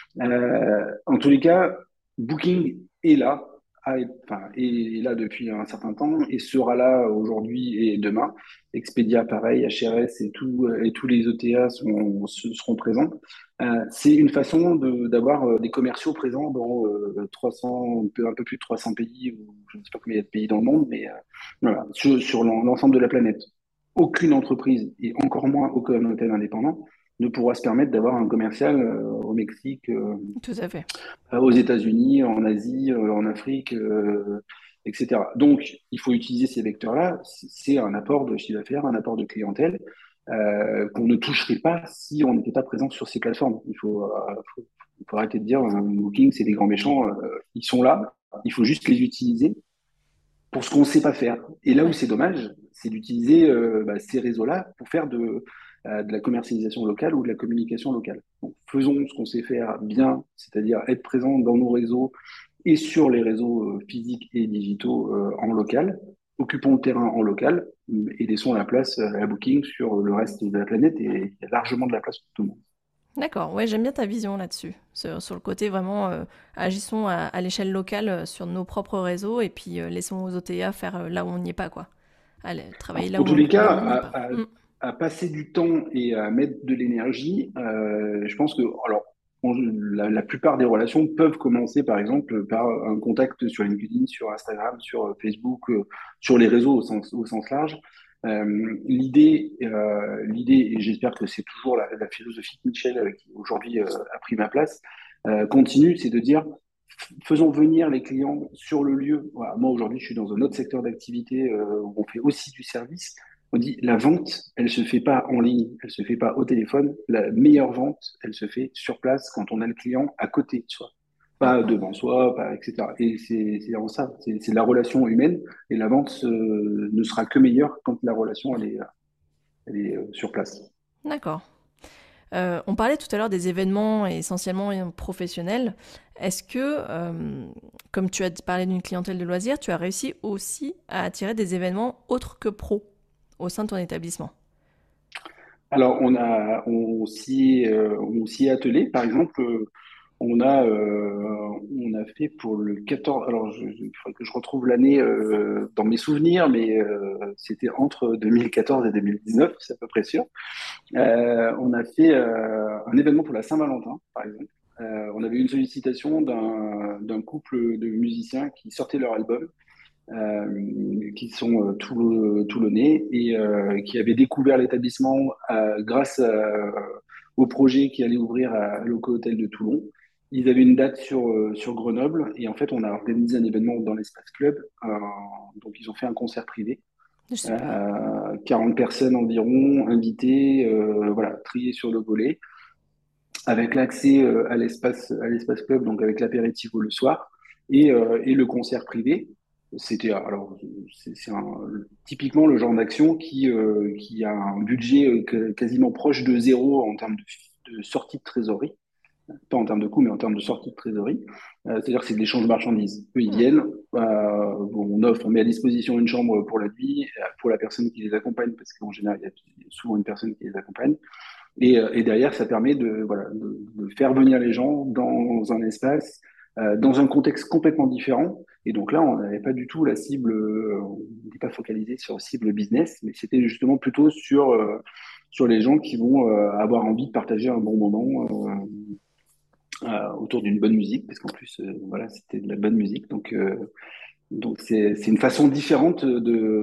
Euh, en tous les cas, Booking est là, a- enfin, est là depuis un certain temps et sera là aujourd'hui et demain. Expedia, pareil, H R S et tout, et tous les O T A sont, se- seront présents. Euh, c'est une façon de- d'avoir euh, des commerciaux présents dans euh, trois cents, un peu, un peu plus de trois cents pays, ou je ne sais pas combien il y a de pays dans le monde, mais euh, voilà, sur, sur l'en- l'ensemble de la planète. Aucune entreprise, et encore moins aucun hôtel indépendant, ne pourra se permettre d'avoir un commercial euh, au Mexique, euh, Tout à fait. aux États-Unis, en Asie, euh, en Afrique, euh, et cetera. Donc, il faut utiliser ces vecteurs-là. C'est un apport de chiffre d'affaires, un apport de clientèle euh, qu'on ne toucherait pas si on n'était pas présent sur ces plateformes. Il faut, euh, faut, faut arrêter de dire euh, Booking, c'est des grands méchants. Euh, ils sont là. Il faut juste les utiliser pour ce qu'on ne sait pas faire. Et là où Ouais. c'est dommage, c'est d'utiliser euh, bah, ces réseaux-là pour faire de, euh, de la commercialisation locale ou de la communication locale. Donc, faisons ce qu'on sait faire bien, c'est-à-dire être présent dans nos réseaux et sur les réseaux euh, physiques et digitaux euh, en local. Occupons le terrain en local et laissons la place à la Booking sur le reste de la planète, et il y a largement de la place pour tout le monde. D'accord, ouais, j'aime bien ta vision là-dessus, sur, sur le côté vraiment euh, agissons à, à l'échelle locale euh, sur nos propres réseaux et puis euh, laissons aux O T A faire euh, là où on n'y est pas, quoi. Allez, travailler là En où tous on les cas, là où on n'est à, pas. à- Mm. à passer du temps et à mettre de l'énergie, euh, je pense que, alors, on- la, la plupart des relations peuvent commencer, par exemple, par un contact sur LinkedIn, sur Instagram, sur Facebook, euh, sur les réseaux au sens, au sens large. Euh, l'idée, euh, l'idée, et j'espère que c'est toujours la, la philosophie de Michel euh, qui aujourd'hui euh, a pris ma place, euh, continue, c'est de dire faisons venir les clients sur le lieu. Voilà, moi, aujourd'hui, je suis dans un autre secteur d'activité euh, où on fait aussi du service. On dit la vente, elle se fait pas en ligne, elle se fait pas au téléphone. La meilleure vente, elle se fait sur place quand on a le client à côté de soi, Mm, pas mm. devant soi, pas, et cetera. Et c'est c'est en ça, c'est c'est la relation humaine. Et la vente euh, ne sera que meilleure quand la relation elle est, elle est euh, sur place. D'accord. Euh, on parlait tout à l'heure des événements essentiellement euh, professionnels. Est-ce que, euh, comme tu as parlé d'une clientèle de loisirs, tu as réussi aussi à attirer des événements autres que pro au sein de ton établissement? Alors, on a, on s'y est, euh, on s'y est attelé. Par exemple, euh, on a, euh, on a fait pour le quatorze. Alors, je, je- il faudrait que je retrouve l'année euh, dans mes souvenirs, mais euh, c'était entre deux mille quatorze et deux mille dix-neuf, c'est à peu près sûr. Euh, on a fait euh, un événement pour la Saint-Valentin, par exemple. Euh, on avait eu une sollicitation d'un d'un couple de musiciens qui sortaient leur album euh, qui sont euh, tout, toulonnais et euh, qui avaient découvert l'établissement euh, grâce à- au projet qui allait ouvrir à Loco Hôtel de Toulon. Ils avaient une date sur, euh, sur Grenoble et en fait, on a organisé un événement dans l'Espace Club. Euh, donc, ils ont fait un concert privé. Super. Euh, quarante personnes environ, invitées, euh, voilà, triées sur le volet, avec l'accès euh, à l'espace à l'espace club, donc avec l'apéritif le soir et, euh, et le concert privé. C'était alors c'est c'est un- typiquement le genre d'action qui euh, qui a un budget euh, que- quasiment proche de zéro en termes de, de sortie de trésorerie, pas en termes de coût, mais en termes de sortie de trésorerie. Euh, c'est-à-dire que c'est de l'échange de marchandises. Eux, ils viennent, euh, on offre, on met à disposition une chambre pour la nuit, euh, pour la personne qui les accompagne, parce qu'en général, il y a souvent une personne qui les accompagne. Et, euh, et derrière, ça permet de, voilà, de, de faire venir les gens dans un espace, euh, dans un contexte complètement différent. Et donc là, on n'avait pas du tout la cible, euh, on n'était pas focalisé sur cible business, mais c'était justement plutôt sur, euh, sur les gens qui vont euh, avoir envie de partager un bon moment euh, euh, autour d'une bonne musique, parce qu'en plus, euh, voilà, c'était de la bonne musique. Donc, euh, donc c'est, c'est une façon différente de,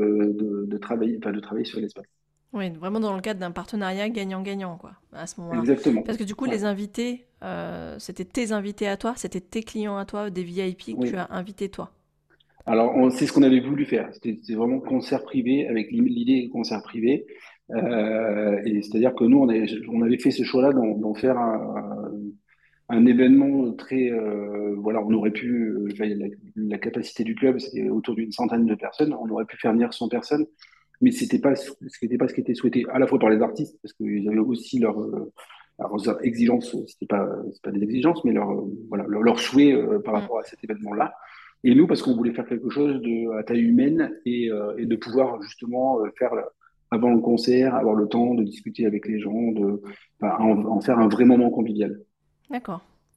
de, de travailler, enfin, de travailler sur l'espace. Oui, vraiment dans le cadre d'un partenariat gagnant-gagnant, quoi, à ce moment-là. Exactement. Parce que du coup, Ouais. les invités, euh, c'était tes invités à toi, c'était tes clients à toi, des V I P que tu Oui. as invités toi. Alors, on- c'est ce qu'on avait voulu faire. C'était c'était vraiment concert privé avec l'im- l'idée de concert privé. Euh, et c'est-à-dire que nous, on avait, on avait fait ce choix-là d'en d'en faire un, un événement très, euh, voilà, on aurait pu, euh, enfin, la, la capacité du club, c'était autour d'une centaine de personnes. On aurait pu faire venir cent personnes, mais c'était pas, ce ce qui n'était pas ce qui était souhaité, à la fois par les artistes, parce qu'ils avaient aussi leurs euh, leurs exigences, c'était pas, c'est pas des exigences, mais leur, euh, voilà, leur, leur souhait euh, par Mm. rapport à cet événement-là. Et nous, parce qu'on voulait faire quelque chose de, à taille humaine et, euh, et de pouvoir justement euh, faire, la- avant le concert, avoir le temps de discuter avec les gens, de, enfin, en, en faire un vrai moment convivial. D'accord.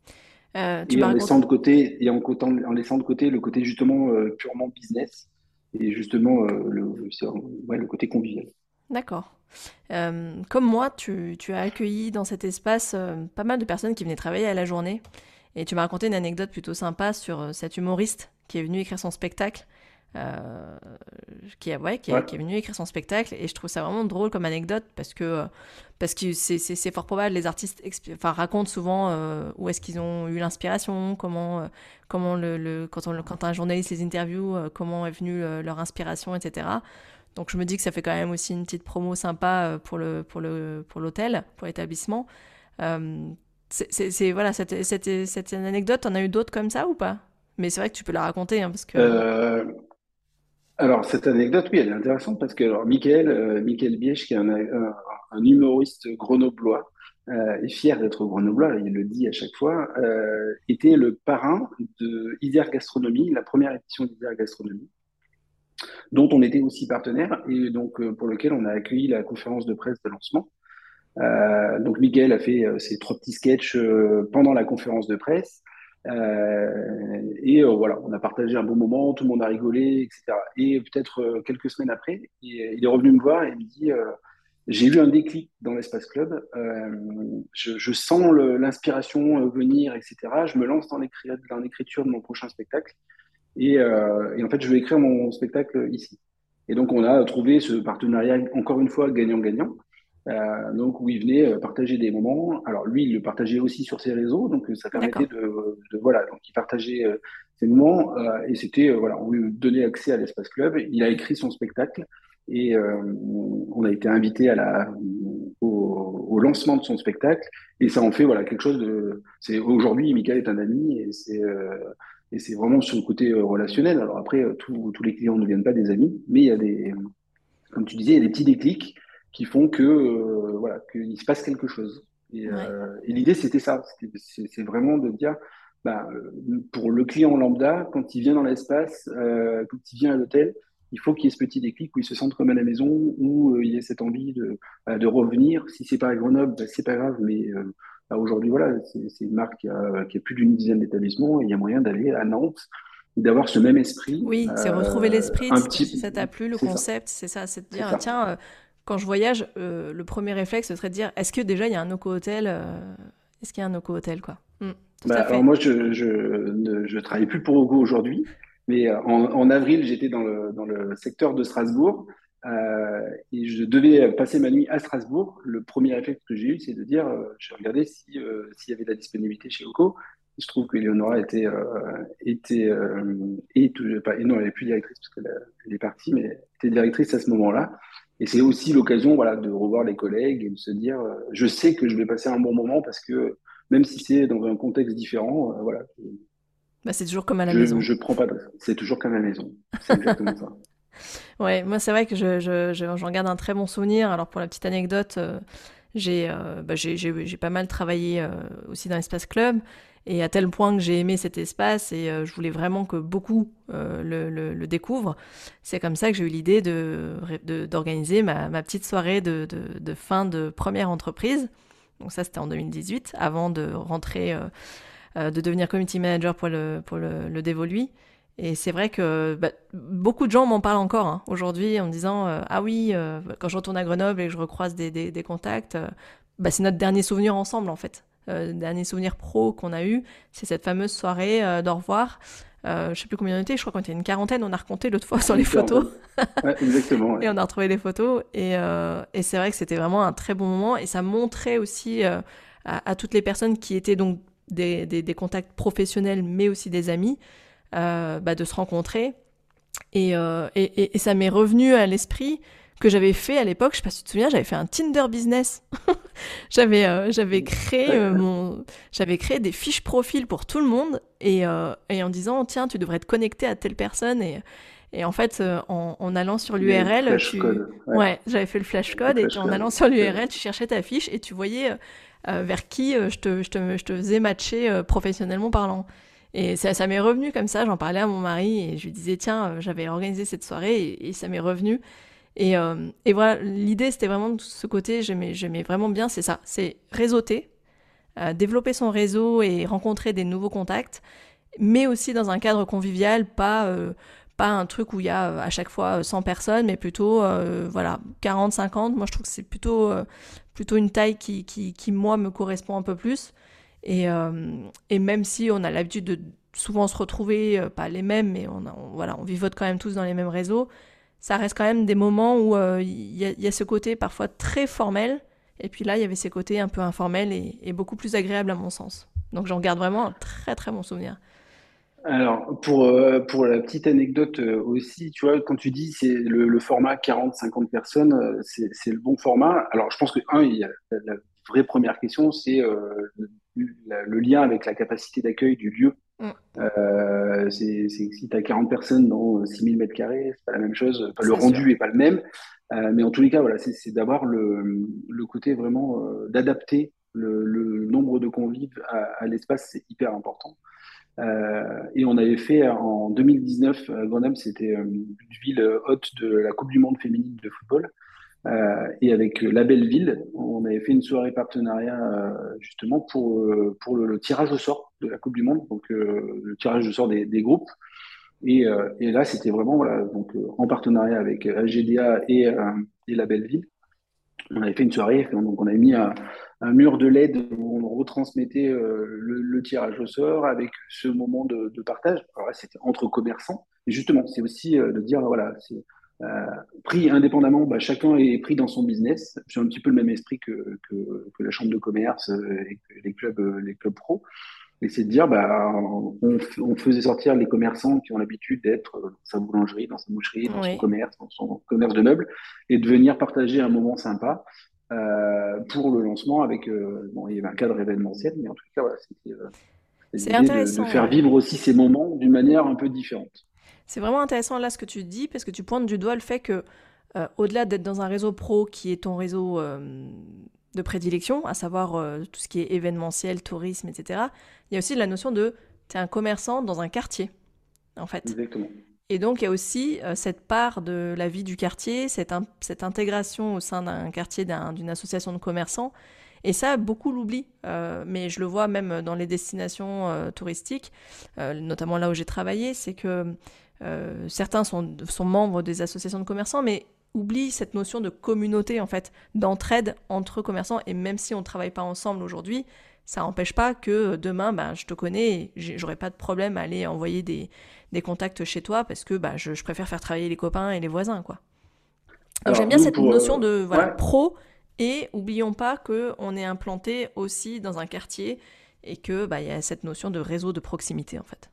Euh, tu Et m'as en raconté. laissant de côté, et en, cotant- en laissant de côté le côté justement euh, purement business et justement euh, le, c'est- ouais, le côté convivial. D'accord. Euh, comme moi, tu, tu as accueilli dans cet espace euh, pas mal de personnes qui venaient travailler à la journée. Et tu m'as raconté une anecdote plutôt sympa sur euh, cet humoriste qui est venu écrire son spectacle. euh, qui, a, ouais, qui, est, Ouais. qui est venu écrire son spectacle. Et je trouve ça vraiment drôle comme anecdote parce que, euh, parce que c'est, c'est, c'est fort probable. Les artistes expli- enfin, racontent souvent euh, où est-ce qu'ils ont eu l'inspiration, comment, euh, comment le, le, quand, on, quand un journaliste les interview, euh, comment est venue euh, leur inspiration, et cetera. Donc je me dis que ça fait quand même aussi une petite promo sympa euh, pour, le, pour, le, pour l'hôtel, pour l'établissement. Euh, c'est, c'est, c'est- voilà, cette, cette, cette anecdote, t'en as eu d'autres comme ça ou pas? Mais c'est vrai que tu peux la raconter, hein, parce que... Euh, alors cette anecdote, oui, elle est intéressante parce que alors Michael, euh, Michael Bièche, qui est un, un, un humoriste grenoblois, euh, est fier d'être grenoblois, il le dit à chaque fois, euh, était le parrain de Isère Gastronomie, la première édition d'Isère Gastronomie, dont on était aussi partenaire et donc euh, pour lequel on a accueilli la conférence de presse de lancement. Euh, donc Miguel a fait euh, ses trois petits sketchs euh, pendant la conférence de presse. Euh, et euh, voilà, on a partagé un bon moment, tout le monde a rigolé, et cetera. Et peut-être euh, quelques semaines après, il, il est revenu me voir et il me dit euh, j'ai eu un déclic dans l'espace club, euh, je, je sens le- l'inspiration euh, venir, et cetera. Je me lance dans l'écri- dans l'écriture de mon prochain spectacle et, euh, et en fait, je vais écrire mon spectacle ici. Et donc, on a trouvé ce partenariat, encore une fois, gagnant-gagnant. Euh, donc, où il venait euh, partager des moments. Alors, lui, il le partageait aussi sur ses réseaux, donc euh, ça permettait D'accord. de, de voilà, donc il partageait euh, ses moments euh, et c'était, euh, voilà, on lui donnait accès à l'espace club. Il a écrit son spectacle et euh, on a été invité à la, au, au lancement de son spectacle et ça en fait, voilà, quelque chose de. C'est aujourd'hui, Michael est un ami et c'est euh, et c'est vraiment sur le côté euh, relationnel. Alors après, euh, tous tous les clients ne deviennent pas des amis, mais il y a des, comme tu disais, il y a des petits déclics qui font que euh, voilà, qu'il se passe quelque chose. Et, Ouais. euh, et l'idée, c'était ça. C'était- C'est c'est vraiment de dire, bah, euh, pour le client lambda, quand il vient dans l'espace, euh, quand il vient à l'hôtel, il faut qu'il y ait ce petit déclic où il se sente comme à la maison, où euh, il y ait cette envie de, bah, de revenir. Si c'est pas à Grenoble, bah, c'est pas grave, mais euh, bah, aujourd'hui, voilà, c'est c'est une marque qui a, qui a plus d'une dizaine d'établissements et il y a moyen d'aller à Nantes, d'avoir ce même esprit, Oui, c'est retrouver euh, l'esprit, un si petit, ça t'a plu, le c'est ça, concept, c'est ça, c'est de c'est dire, ça. tiens, euh, quand je voyage, euh, le premier réflexe, ce serait de dire, est-ce que déjà il y a un Noco-hôtel euh, Est-ce qu'il y a un Noco-hôtel, quoi? Mm, tout Bah, à alors fait. moi, je, je, ne, je travaille plus pour Ogo aujourd'hui. Mais euh, en, en avril, j'étais dans le, dans le secteur de Strasbourg euh, et je devais passer ma nuit à Strasbourg. Le premier réflexe que j'ai eu, c'est de dire, euh, j'ai regardé si, euh, s'il y avait de la disponibilité chez Oco. Il se trouve que Eleonora était, euh, était euh, et, tout- pas, et non, elle n'est plus directrice parce qu'elle a- elle est partie, mais était directrice à ce moment-là. Et c'est aussi l'occasion, voilà, de revoir les collègues et de se dire, euh, je sais que je vais passer un bon moment parce que même si c'est dans un contexte différent, euh, voilà, Bah, c'est toujours comme à la je, maison. je prends pas de risque. C'est toujours comme à la maison. C'est exactement ça. Ouais, moi c'est vrai que je, je, je- j'en garde un très bon souvenir. Alors pour la petite anecdote, euh, j'ai, euh, bah, j'ai, j'ai, j'ai pas mal travaillé euh, aussi dans l'espace club et à tel point que j'ai aimé cet espace et euh, je voulais vraiment que beaucoup euh, le, le, le découvrent. C'est comme ça que j'ai eu l'idée de, de- d'organiser ma, ma petite soirée de, de, de fin de première entreprise. Donc ça c'était en deux mille dix-huit, avant de rentrer, euh, euh, de devenir community manager pour le, pour le, le Devolui. Et c'est vrai que bah, beaucoup de gens m'en parlent encore hein, aujourd'hui en me disant euh, ah oui, euh, quand je retourne à Grenoble et que je recroise des, des, des contacts, euh, bah, c'est notre dernier souvenir ensemble en fait. Euh, le dernier souvenir pro qu'on a eu, c'est cette fameuse soirée euh, d'au revoir. Euh, je sais plus combien on était, je crois qu'on était une quarantaine, on a recompté l'autre fois sur les Une photos. quarantaine. Ouais, exactement. Ouais. Et on a retrouvé les photos. Et, euh, et c'est vrai que c'était vraiment un très bon moment. Et ça montrait aussi euh, à, à toutes les personnes qui étaient donc des, des, des contacts professionnels, mais aussi des amis, euh, bah, de se rencontrer. Et, euh, et, et, et ça m'est revenu à l'esprit que j'avais fait à l'époque, je sais pas si tu te souviens, j'avais fait un Tinder business. j'avais, euh, j'avais créé Ouais, euh, mon, j'avais créé des fiches profil pour tout le monde et, euh, et en disant tiens tu devrais te connecter à telle personne et, et en fait euh, en, en allant sur les l'U R L flash tu, codes. Ouais, ouais j'avais fait le les flashcode et flash en codes. allant sur C'est l'U R L tu cherchais ta fiche et tu voyais euh, euh, vers qui euh, je, te, je, te, je te faisais matcher euh, professionnellement parlant. Et ça, ça m'est revenu comme ça, j'en parlais à mon mari et je lui disais tiens euh, j'avais organisé cette soirée et, et ça m'est revenu. Et, euh, et voilà, l'idée c'était vraiment de ce côté, j'aimais, j'aimais vraiment bien, c'est ça, c'est réseauter, euh, développer son réseau et rencontrer des nouveaux contacts, mais aussi dans un cadre convivial, pas, euh, pas un truc où il y a euh, à chaque fois cent personnes, mais plutôt euh, voilà, quarante cinquante. Moi je trouve que c'est plutôt, euh, plutôt une taille qui, qui, qui, moi, me correspond un peu plus. Et, euh, et même si on a l'habitude de souvent se retrouver, euh, pas les mêmes, mais on, a, on, voilà, on vivote quand même tous dans les mêmes réseaux, ça reste quand même des moments où il euh, y, a, y a ce côté parfois très formel, et puis là, il y avait ces côtés un peu informels et, et beaucoup plus agréables à mon sens. Donc j'en garde vraiment un très très bon souvenir. Alors, pour, euh, pour la petite anecdote euh, aussi, tu vois, quand tu dis c'est le, le format quarante cinquante personnes, euh, c'est, c'est le bon format. Alors, je pense que, un, il y a, la, la vraie première question, c'est euh, le, la- le lien avec la capacité d'accueil du lieu. Mm, Euh, c'est, c'est, si tu as quarante personnes dans six mille mètres carrés, c'est pas la même chose. Enfin, le c'est sûr. rendu est pas le même. Euh, mais en tous les cas, voilà, c'est, c'est d'avoir le, le côté vraiment euh, d'adapter le, le nombre de convives à, à l'espace, c'est hyper important. Euh, et on avait fait en deux mille dix-neuf, à Grenoble, c'était euh, une ville hôte de la Coupe du Monde féminine de football. Euh, et avec La Belle Ville, on avait fait une soirée partenariat euh, justement pour, euh, pour le, le tirage au sort de la Coupe du Monde, donc euh, le tirage au sort des, des groupes. Et, euh, et là, c'était vraiment voilà, donc, euh, en partenariat avec L G D A et, euh, et La Belle Ville. On avait fait une soirée, donc on avait mis un, un mur de L E D où on retransmettait euh, le, le tirage au sort avec ce moment de, de partage. Alors là, c'était entre commerçants. Et justement, c'est aussi euh, de dire, voilà, c'est euh, pris indépendamment, bah, chacun est pris dans son business. C'est un petit peu le même esprit que, que, que la chambre de commerce euh, et que les clubs, euh, les clubs pro. Et c'est de dire, bah, on, on faisait sortir les commerçants qui ont l'habitude d'être dans sa boulangerie, dans sa boucherie, dans son Oui. commerce, dans son commerce de meubles, et de venir partager un moment sympa euh, pour le lancement avec, euh, bon, il y avait un cadre événementiel, mais en tout cas, voilà, c'était euh, c'était C'est l'idée de, de intéressant, faire ouais. vivre aussi ces moments d'une manière un peu différente. C'est vraiment intéressant là ce que tu dis, parce que tu pointes du doigt le fait que, euh, au-delà d'être dans un réseau pro qui est ton réseau euh, de prédilection, à savoir euh, tout ce qui est événementiel, tourisme, et cetera, il y a aussi la notion de tu es un commerçant dans un quartier, en fait. Exactement. Et donc, il y a aussi euh, cette part de la vie du quartier, cette, in- cette intégration au sein d'un quartier, d'un- d'une association de commerçants. Et ça, beaucoup l'oublient. Euh, mais je le vois même dans les destinations euh, touristiques, euh, notamment là où j'ai travaillé, c'est que euh, certains sont, sont membres des associations de commerçants, mais oublient cette notion de communauté, en fait, d'entraide entre commerçants. Et même si on ne travaille pas ensemble aujourd'hui, ça n'empêche pas que demain, bah, je te connais, et j'aurais pas de problème à aller envoyer des, des contacts chez toi parce que bah, je, je préfère faire travailler les copains et les voisins, quoi. Donc j'aime Alors, bien nous, cette pour... notion euh, de voilà ouais, pro, et oublions pas qu'on est implanté aussi dans un quartier et que bah, y a cette notion de réseau de proximité en fait.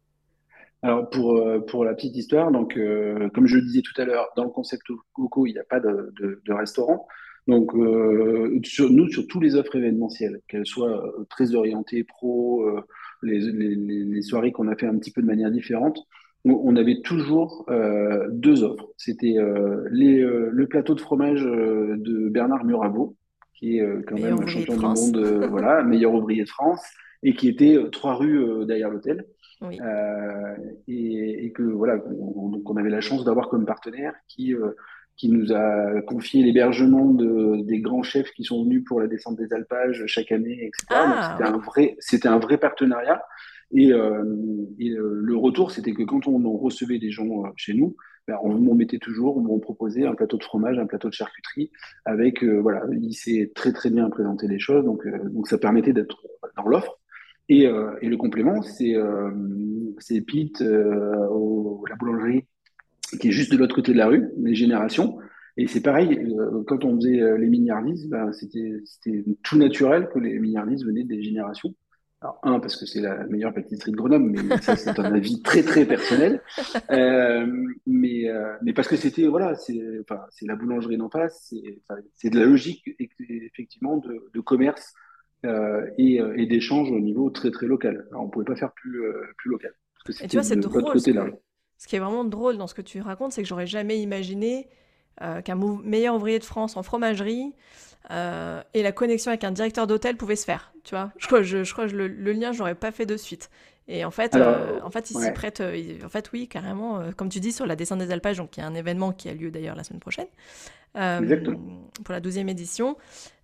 alors pour, euh, pour la petite histoire, donc, euh, comme je le disais tout à l'heure, dans le concept Coco, il n'y a pas de, de, de restaurant. Donc, euh, sur, nous, sur tous les offres événementielles, qu'elles soient euh, très orientées pro, euh, les, les, les les soirées qu'on a fait un petit peu de manière différente, on, on avait toujours euh, deux offres. C'était euh, les, euh, le plateau de fromage euh, de Bernard Murabeau, qui est euh, quand Meilleur même ouvrier de champion du France. monde, euh, voilà, meilleur ouvrier de France, et qui était euh, trois rues euh, derrière l'hôtel. Oui. Euh, et, et que voilà, on, donc on avait la chance d'avoir comme partenaire qui, euh, qui nous a confié l'hébergement de, des grands chefs qui sont venus pour la descente des alpages chaque année, et cetera. Donc Ah c'était oui. un vrai, c'était un vrai partenariat. Et, euh, et euh, le retour, c'était que quand on, on recevait des gens euh, chez nous, ben, on, on mettait toujours, on proposait un plateau de fromage, un plateau de charcuterie, avec euh, voilà, il s'est très très bien présenté les choses, donc euh, donc ça permettait d'être dans l'offre. Et, euh, et le complément, c'est euh, c'est Pete, euh, au- la boulangerie, qui est juste de l'autre côté de la rue, les générations. Et c'est pareil, euh, quand on faisait euh, les milliardises, ben, c'était c'était tout naturel que les milliardises venaient des générations. Alors, un, parce que c'est la meilleure pâtisserie de Grenoble, mais ça, c'est un avis très, très personnel. Euh, mais, euh, mais parce que c'était, voilà, c'est enfin, c'est la boulangerie d'en face, c'est enfin, c'est de la logique, effectivement, de, de commerce euh, et, euh, et d'échange au niveau très, très local. Alors, on ne pouvait pas faire plus, euh, plus local, parce que Et tu c'était vois, c'est de l'autre drôle, ce, côté de la rue. que, ce qui est vraiment drôle dans ce que tu racontes, c'est que j'aurais jamais imaginé euh, qu'un mou- meilleur ouvrier de France en fromagerie euh, et la connexion avec un directeur d'hôtel pouvait se faire. Tu vois, je crois, je, je crois que le, le lien, je l'aurais pas fait de suite. Et en fait, euh, en Alors, fait, il s'y ouais, prête. euh, il- en fait, oui, carrément. Euh, comme tu dis, sur la descente des alpages, donc il y a un événement qui a lieu d'ailleurs la semaine prochaine, euh, exactement. pour la douzième édition.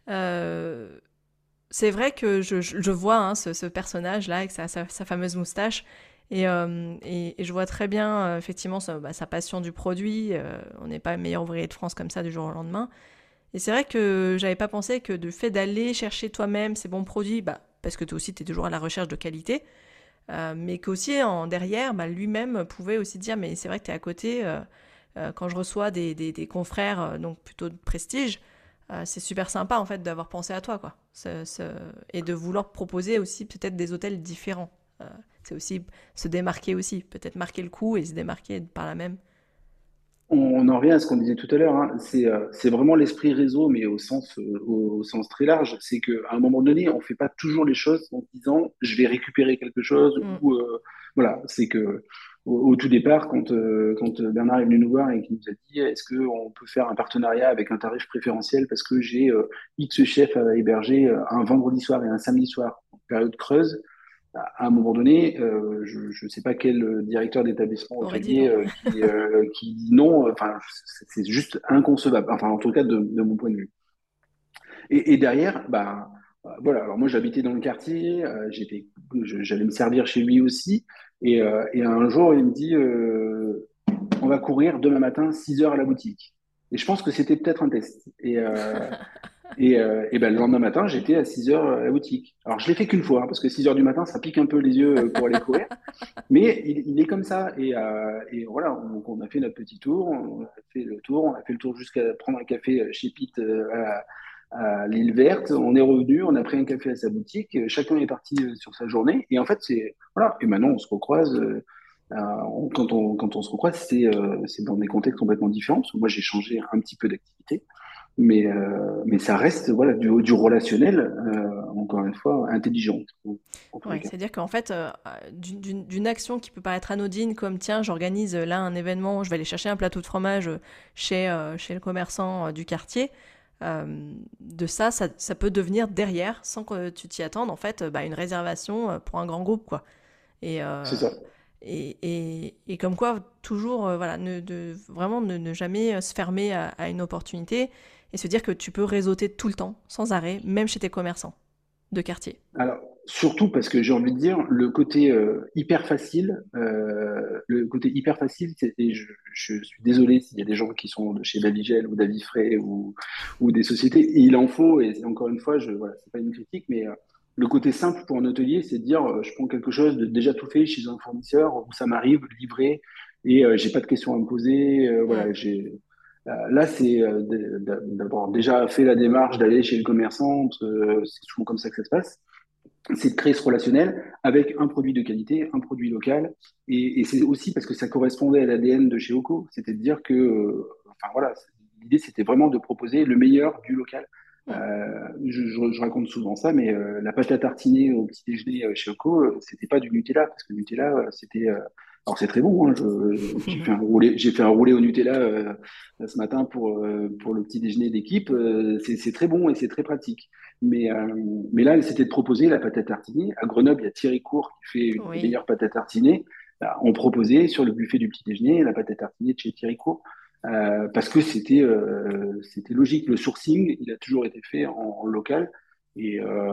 Euh, c'est vrai que je, je, je vois hein, ce, ce personnage-là avec sa, sa, sa fameuse moustache. Et, euh, et, et je vois très bien, euh, effectivement, sa, bah, sa passion du produit. Euh, on n'est pas meilleur ouvrier de France comme ça du jour au lendemain. Et c'est vrai que j'avais pas pensé que le fait d'aller chercher toi-même ces bons produits, bah, parce que toi aussi, tu es toujours à la recherche de qualité, euh, mais qu'aussi en derrière, bah, lui-même pouvait aussi dire, mais c'est vrai que tu es à côté, euh, euh, quand je reçois des, des, des confrères, euh, donc plutôt de prestige, euh, c'est super sympa en fait d'avoir pensé à toi, quoi. Ce- ce- et de vouloir proposer aussi peut-être des hôtels différents. Euh, c'est aussi se démarquer aussi, peut-être marquer le coup et se démarquer par la même. On en revient à ce qu'on disait tout à l'heure, hein. C'est euh, c'est vraiment l'esprit réseau, mais au sens, euh, au, au sens très large. C'est qu'à un moment donné, on fait pas toujours les choses en se disant je vais récupérer quelque chose Mm. ou euh, voilà. C'est que au, au tout départ, quand, euh, quand Bernard est venu nous voir et qu'il nous a dit est-ce qu'on peut faire un partenariat avec un tarif préférentiel parce que j'ai euh, X chefs à héberger euh, un vendredi soir et un samedi soir en période creuse, à un moment donné, euh, je ne sais pas quel euh, directeur d'établissement Aurait dit hôtelier non. euh, qui, euh, qui dit non. euh, Enfin, c'est c'est juste inconcevable. Enfin, en tout cas, de, de mon point de vue. Et, et derrière, bah, euh, voilà. Alors moi, j'habitais dans le quartier. Euh, j'étais, je- j'allais me servir chez lui aussi. Et, euh, et un jour, il me dit, euh, on va courir demain matin six heures à la boutique. Et je pense que c'était peut-être un test. Et, euh, et, euh, et ben, le lendemain matin, j'étais à six heures à la boutique. Alors, je l'ai fait qu'une fois, hein, parce que six heures du matin, ça pique un peu les yeux euh, pour aller courir. Mais il, il est comme ça. Et, euh, et voilà, on, on a fait notre petit tour, on a fait le tour, on a fait le tour jusqu'à prendre un café chez Pete euh, à, à l'île Verte. On est revenu, on a pris un café à sa boutique. Chacun est parti euh, sur sa journée. Et en fait, c'est voilà. Et maintenant, on se recroise. Euh, euh, on- quand on quand on se recroise, c'est euh, c'est dans des contextes complètement différents. Parce que moi, j'ai changé un petit peu d'activité. Mais, euh, mais ça reste voilà, du, du relationnel, euh, encore une fois, intelligent, en tous les Ouais, cas. c'est-à-dire qu'en fait, euh, d'une d'une- d'une action qui peut paraître anodine, comme tiens, j'organise euh, là un événement, je vais aller chercher un plateau de fromage euh, chez, euh, chez le commerçant euh, du quartier, euh, de ça, ça, ça peut devenir derrière, sans que tu t'y attendes, en fait, euh, bah, une réservation euh, pour un grand groupe, quoi. Et, C'est euh, ça. et, et, et comme quoi, toujours, euh, voilà, ne, de, vraiment ne, ne jamais euh, se fermer à, à une opportunité et se dire que tu peux réseauter tout le temps, sans arrêt, même chez tes commerçants de quartier. Alors, surtout parce que j'ai envie de dire, le côté euh, hyper facile, euh, le côté hyper facile, c'est- et je, je suis désolé s'il y a des gens qui sont de chez Davigel ou Davifray ou, ou des sociétés, et il en faut, et c'est- encore une fois, je, voilà, c'est pas une critique, mais euh, le côté simple pour un hôtelier, c'est de dire, euh, je prends quelque chose de déjà tout fait chez un fournisseur où ça m'arrive livré et euh, j'ai pas de questions à me poser. Euh, Mm. voilà, j'ai euh, là, c'est euh, d- d- d'avoir déjà fait la démarche d'aller chez le commerçant, parce que euh, c'est souvent comme ça que ça se passe. C'est de créer ce relationnel avec un produit de qualité, un produit local, et, et c'est aussi parce que ça correspondait à l'A D N de chez Oco, c'était de dire que, euh, enfin voilà, l'idée c'était vraiment de proposer le meilleur du local. Mm. Euh, je, je- je raconte souvent ça, mais euh, la pâte à tartiner au petit déjeuner euh, chez Oco, euh, c'était pas du Nutella, parce que le Nutella, euh, c'était, euh, alors c'est très bon, hein, je- j'ai fait un roulé, j'ai fait un roulé au Nutella euh, ce matin pour euh, pour le petit déjeuner d'équipe, euh, c'est c'est très bon et c'est très pratique. Mais, euh, mais là, c'était de proposer la pâte à tartiner. À Grenoble, il y a Thierry Court qui fait une des Oui. meilleures pâtes à tartiner. Bah, on proposait sur le buffet du petit déjeuner la pâte à tartiner de chez Thierry Court. Euh, parce que c'était euh, c'était logique. Le sourcing, il a toujours été fait en, en local. Et, euh,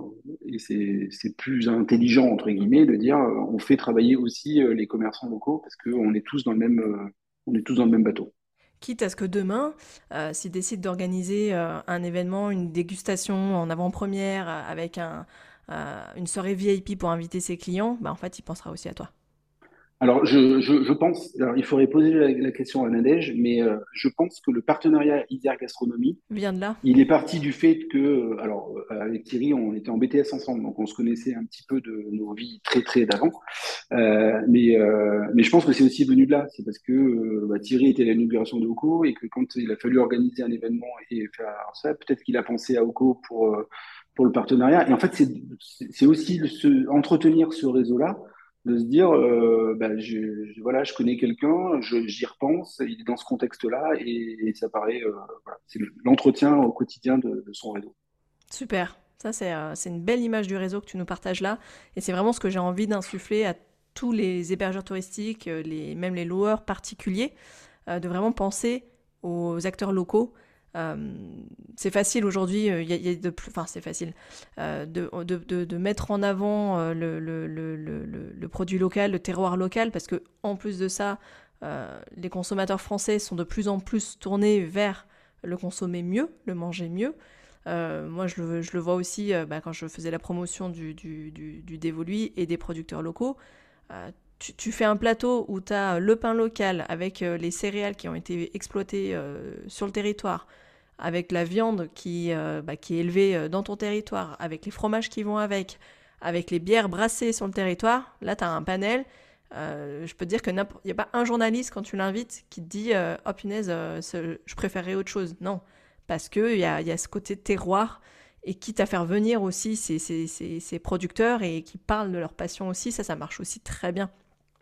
et c'est c'est plus intelligent, entre guillemets, de dire euh, on fait travailler aussi euh, les commerçants locaux parce qu'on est tous dans le même, euh, on est tous dans le même bateau. Quitte à ce que demain, euh, s'ils décident d'organiser euh, un événement, une dégustation en avant-première euh, avec un, euh, une soirée V I P pour inviter ses clients, bah en fait, il pensera aussi à toi. Alors, je, je, je pense, alors il faudrait poser la, la question à Nadège, mais euh, je pense que le partenariat Isère Gastronomie, Viens de là. il est parti du fait que, euh, alors euh, avec Thierry, on était en B T S ensemble, donc on se connaissait un petit peu de nos vies très très d'avant. Euh, mais, euh, mais je pense que c'est aussi venu de là, c'est parce que euh, bah, Thierry était à l'inauguration de Oco et que quand il a fallu organiser un événement et faire ça, peut-être qu'il a pensé à Oco pour, euh, pour le partenariat. Et en fait, c'est c'est aussi le- se, entretenir ce réseau-là de se dire, euh, bah, je, je- voilà, je connais quelqu'un, je- j'y repense, il est dans ce contexte-là, et, et ça paraît, euh, voilà, c'est l'entretien au quotidien de, de son réseau. Super. Ça, c'est euh, c'est une belle image du réseau que tu nous partages là. Et c'est vraiment ce que j'ai envie d'insuffler à tous les hébergeurs touristiques, euh, les, même les loueurs particuliers, euh, de vraiment penser aux acteurs locaux. Euh, c'est facile aujourd'hui, euh, y a- y a de plus, enfin c'est facile, euh, de, de, de, de mettre en avant euh, le, le, le, le, le- le produit local, le terroir local, parce que en plus de ça, euh, les consommateurs français sont de plus en plus tournés vers le consommer mieux, le manger mieux. Euh, moi, je le, je le vois aussi euh, bah, quand je faisais la promotion du, du, du, du Dévoluy et des producteurs locaux. Euh, tu, tu fais un plateau où tu as le pain local avec euh, les céréales qui ont été exploitées euh, sur le territoire, avec la viande qui, euh, bah, qui est élevée euh, dans ton territoire, avec les fromages qui vont avec, avec les bières brassées sur le territoire. Là, tu as un panel. Euh, je peux te dire qu'il n'y a pas un journaliste, quand tu l'invites, qui te dit euh, oh punaise, euh, ce- je préférerais autre chose. Non, parce qu'il y a, y a ce côté terroir et quitte à faire venir aussi ces, ces, ces, ces producteurs et qui parlent de leur passion aussi, ça, ça marche aussi très bien.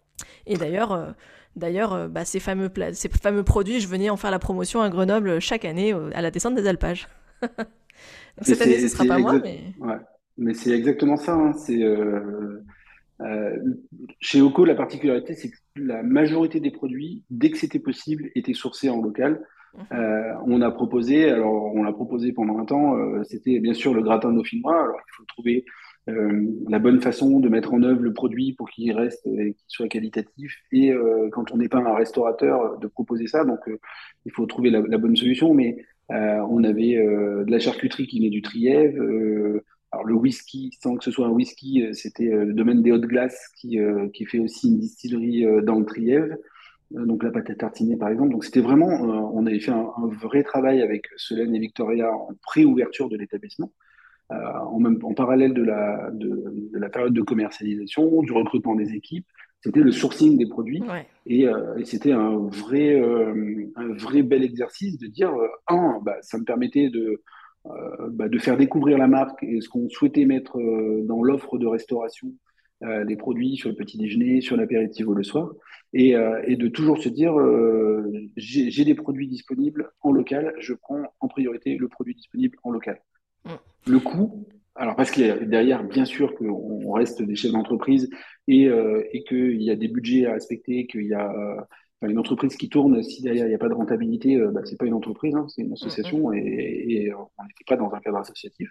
Et d'ailleurs, euh, d'ailleurs euh, bah, ces, fameux plats, ces fameux produits, je venais en faire la promotion à Grenoble chaque année euh, à la descente des alpages. Donc Mais cette année, ce c'est sera c'est pas moi, exact, mais... ouais. Mais c'est exactement ça, hein. C'est euh, euh, chez Oco, la particularité, c'est que la majorité des produits, dès que c'était possible, étaient sourcés en local. Mhm. Euh, on a proposé, alors on l'a proposé pendant un temps, euh, c'était bien sûr le gratin dauphinois. Alors il faut trouver euh, la bonne façon de mettre en œuvre le produit pour qu'il reste et qu'il soit qualitatif. Et euh, quand on n'est pas un restaurateur, de proposer ça. Donc euh, il faut trouver la, la bonne solution. Mais euh, on avait euh, de la charcuterie qui venait du Trièves. Euh, alors le whisky, sans que ce soit un whisky, euh, c'était euh, le domaine des Hautes Glaces qui, euh, qui fait aussi une distillerie euh, dans le Trièves, euh, donc la pâte à tartiner par exemple. Donc c'était vraiment, euh, on avait fait un, un vrai travail avec Solène et Victoria en pré-ouverture de l'établissement, euh, en, même, en parallèle de la, de, de la période de commercialisation, du recrutement des équipes. C'était le sourcing des produits. Ouais. Et, euh, et c'était un vrai, euh, un vrai bel exercice de dire, euh, un, bah, ça me permettait de, euh, bah, de faire découvrir la marque et ce qu'on souhaitait mettre euh, dans l'offre de restauration, euh, des produits sur le petit déjeuner, sur l'apéritif ou le soir, et, euh, et de toujours se dire, euh, j'ai j'ai des produits disponibles en local, je prends en priorité le produit disponible en local. Mm. Le coût, alors parce qu'il y a derrière, bien sûr qu'on reste des chefs d'entreprise et, euh, et qu'il y a des budgets à respecter, qu'il y a euh, enfin, une entreprise qui tourne, si derrière il n'y a pas de rentabilité, euh, bah, c'est pas une entreprise, hein, c'est une Mm, mm. association et, et on n'était pas dans un cadre associatif.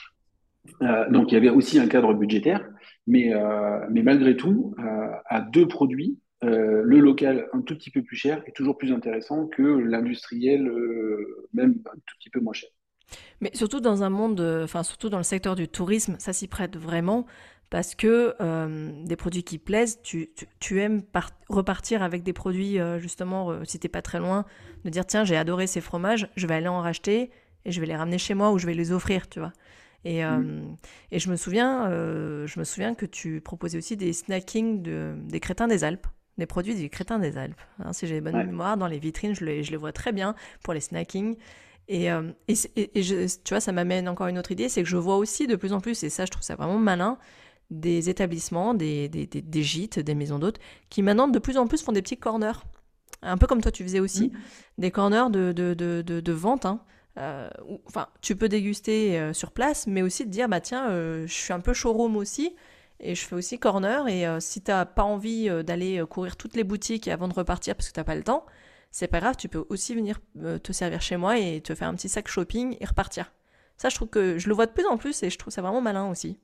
Euh, donc il y avait aussi un cadre budgétaire, mais, euh, mais malgré tout, euh, à deux produits, euh, le local un tout petit peu plus cher est toujours plus intéressant que l'industriel, euh, même un tout petit peu moins cher. Mais surtout dans un monde, euh, enfin surtout dans le secteur du tourisme, ça s'y prête vraiment parce que euh, des produits qui plaisent, tu, tu, tu aimes par- repartir avec des produits euh, justement, euh, si t'es pas très loin, de dire tiens j'ai adoré ces fromages, je vais aller en racheter et je vais les ramener chez moi ou je vais les offrir, tu vois. Et, Mm. euh, et je me souviens, euh, je me souviens que tu proposais aussi des snackings de, des crétins des Alpes, des produits du crétin des Alpes. Hein, si j'ai bonne Ouais. mémoire, dans les vitrines, je les, je les vois très bien pour les snackings. Et, euh, et, et- et je- tu vois, ça m'amène encore une autre idée, c'est que je vois aussi de plus en plus, et ça je trouve ça vraiment malin, des établissements, des, des, des- des gîtes, des maisons d'hôtes, qui maintenant de plus en plus font des petits corners, un peu comme toi tu faisais aussi, Mm. des corners de, de, de, de, de vente. Hein. Euh, où- enfin, tu peux déguster euh, sur place, mais aussi te dire, bah tiens, euh, je suis un peu showroom aussi, et je fais aussi corner, et euh, si t'as pas envie euh, d'aller euh, courir toutes les boutiques avant de repartir parce que t'as pas le temps, c'est pas grave, tu peux aussi venir euh, te servir chez moi et te faire un petit sac shopping et repartir. Ça, je trouve que je le vois de plus en plus et je trouve ça vraiment malin aussi.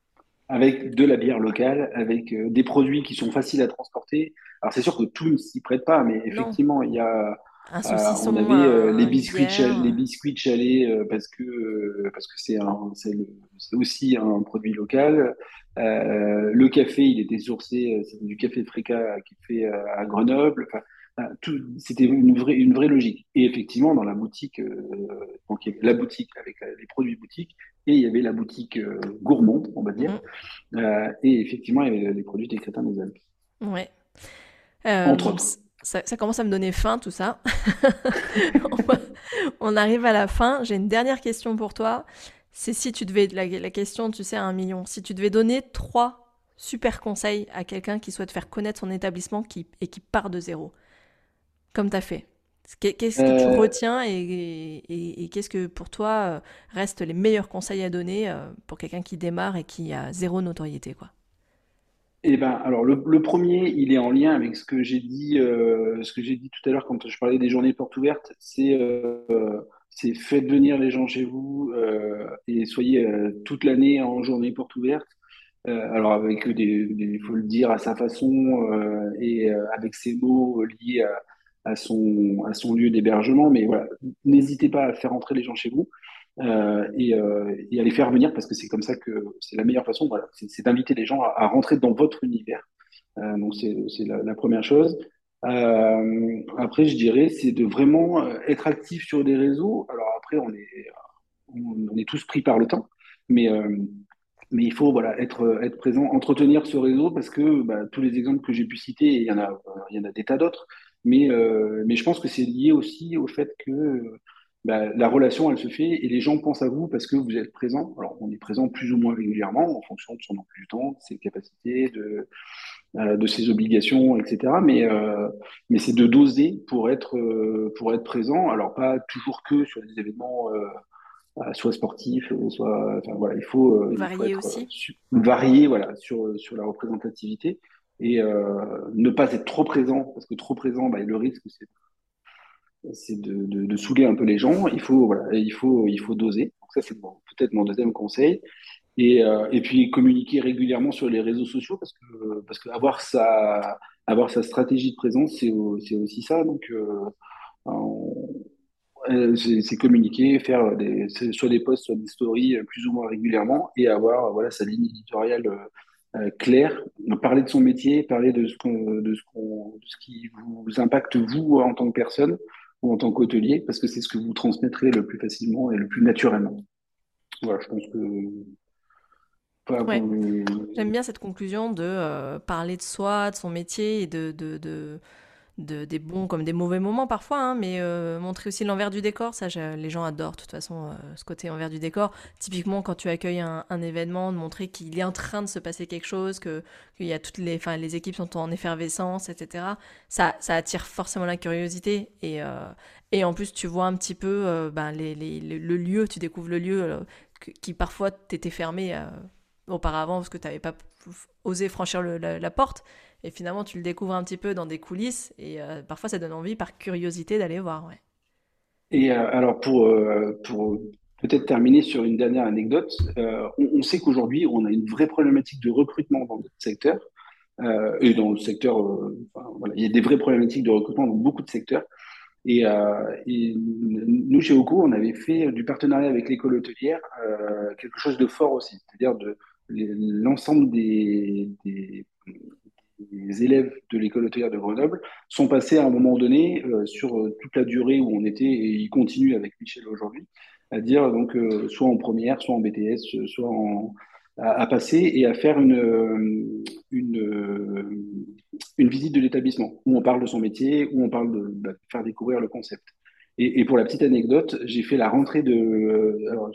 Avec de la bière locale, avec euh, des produits qui sont faciles à transporter. Alors c'est sûr que tout ne s'y prête pas, mais Non, effectivement, il y a, un euh, on saucisson, avait euh, les un- une biscuits, de Chal- les bière. biscuits de Chalet euh, parce que euh, parce que c'est un, c'est le- c'est aussi un produit local. Euh, le café, il était sourcé, euh, c'était du café Fréca qui est fait euh, à Grenoble. Enfin, euh, tout, c'était une vraie une vraie logique. Et effectivement, dans la boutique, euh, donc il y avait la boutique avec euh, les produits boutiques et il y avait la boutique euh, gourmande, on va dire. Mhm, Euh, et effectivement, il y avait les produits des crétins des Alpes, ouais. entre Euh, autres. ça, ça commence à me donner faim, tout ça. on, va- on arrive à la fin. J'ai une dernière question pour toi. C'est si tu devais, la, la question, tu sais, à un million, si tu devais donner trois super conseils à quelqu'un qui souhaite faire connaître son établissement qui, et qui part de zéro, comme tu as fait. Qu'est-ce que tu Euh, retiens et, et- et qu'est-ce que pour toi euh, restent les meilleurs conseils à donner euh, pour quelqu'un qui démarre et qui a zéro notoriété, quoi. Eh ben, alors le, le premier, il est en lien avec ce que j'ai dit, euh, ce que j'ai dit tout à l'heure quand je parlais des journées portes ouvertes. C'est, euh, c'est faites venir les gens chez vous euh, et soyez euh, toute l'année en journée porte ouverte. Euh, alors avec des, des- il faut le dire à sa façon euh, et euh, avec ses mots liés à, à son à son lieu d'hébergement. Mais voilà, n'hésitez pas à faire entrer les gens chez vous euh, et, euh, et à les faire venir parce que c'est comme ça que c'est la meilleure façon. Voilà, c'est c'est d'inviter les gens à, à rentrer dans votre univers. Euh, donc c'est c'est la, la première chose. Euh, après, je dirais, c'est de vraiment euh, être actif sur des réseaux. Alors après, on est on, on est tous pris par le temps, mais euh, mais il faut voilà être être présent, entretenir ce réseau parce que bah, tous les exemples que j'ai pu citer, et il y en a euh, il y en a des tas d'autres, mais euh, mais je pense que c'est lié aussi au fait que euh, bah, la relation elle se fait et les gens pensent à vous parce que vous êtes présent. Alors on est présent plus ou moins régulièrement en fonction de son emploi du temps, de ses capacités, de euh, de ses obligations, et cetera. Mais euh, mais c'est de doser pour être euh, pour être présent. Alors pas toujours que sur des événements euh, euh, soit sportif, euh, soit, enfin voilà, il faut, euh, il faut Varié être euh, aussi. su- varié, voilà, sur sur la représentativité et euh, ne pas être trop présent parce que trop présent, bah, le risque c'est c'est de, de, de saouler un peu les gens. Il faut voilà, il faut il faut doser. Donc ça c'est bon, peut-être mon deuxième conseil. Et, euh, et puis communiquer régulièrement sur les réseaux sociaux parce que parce que avoir sa avoir sa stratégie de présence c'est au- c'est aussi ça. Donc euh, euh, c'est c'est communiquer, faire des, c'est soit des posts, soit des stories euh, plus ou moins régulièrement et avoir euh, voilà, sa ligne éditoriale euh, euh, claire, parler de son métier, parler de ce qu'on, de ce qu'on, de ce qui vous impacte vous en tant que personne ou en tant qu'hôtelier, parce que c'est ce que vous transmettrez le plus facilement et le plus naturellement. Voilà, je pense que voilà, Ouais. pour- J'aime bien cette conclusion de euh, parler de soi, de son métier et de, de, de, de- des bons comme des mauvais moments parfois, hein, mais euh, montrer aussi l'envers du décor, ça je- les gens adorent de toute façon euh, ce côté envers du décor. Typiquement quand tu accueilles un, un événement, de montrer qu'il est en train de se passer quelque chose, que qu'il y a toutes les, enfin les équipes sont en effervescence, et cetera. Ça, ça attire forcément la curiosité et euh, et en plus tu vois un petit peu euh, ben, les, les- le le lieu, tu découvres le lieu euh, que- qui parfois t'était fermé euh, auparavant parce que tu n'avais pas osé franchir le- la, la porte. Et finalement, tu le découvres un petit peu dans des coulisses et euh, parfois ça donne envie par curiosité d'aller voir. Ouais. Et euh, alors pour, euh, pour peut-être terminer sur une dernière anecdote, euh, on, on sait qu'aujourd'hui on a une vraie problématique de recrutement dans notre secteur euh, et dans le secteur, euh, enfin, voilà, il y a des vraies problématiques de recrutement dans beaucoup de secteurs. Et, euh, et nous, chez Oco, on avait fait du partenariat avec l'école hôtelière euh, quelque chose de fort aussi, c'est-à-dire de les- l'ensemble des, des, des élèves de l'école hôtelière de Grenoble sont passés à un moment donné euh, sur euh, toute la durée où on était, et ils continuent avec Michel aujourd'hui, à dire donc euh, soit en première, soit en B T S, soit en, à, à passer et à faire une, euh, une, euh, une visite de l'établissement où on parle de son métier, où on parle de, bah, de faire découvrir le concept. Et, et pour la petite anecdote, j'ai fait la rentrée de, euh, alors,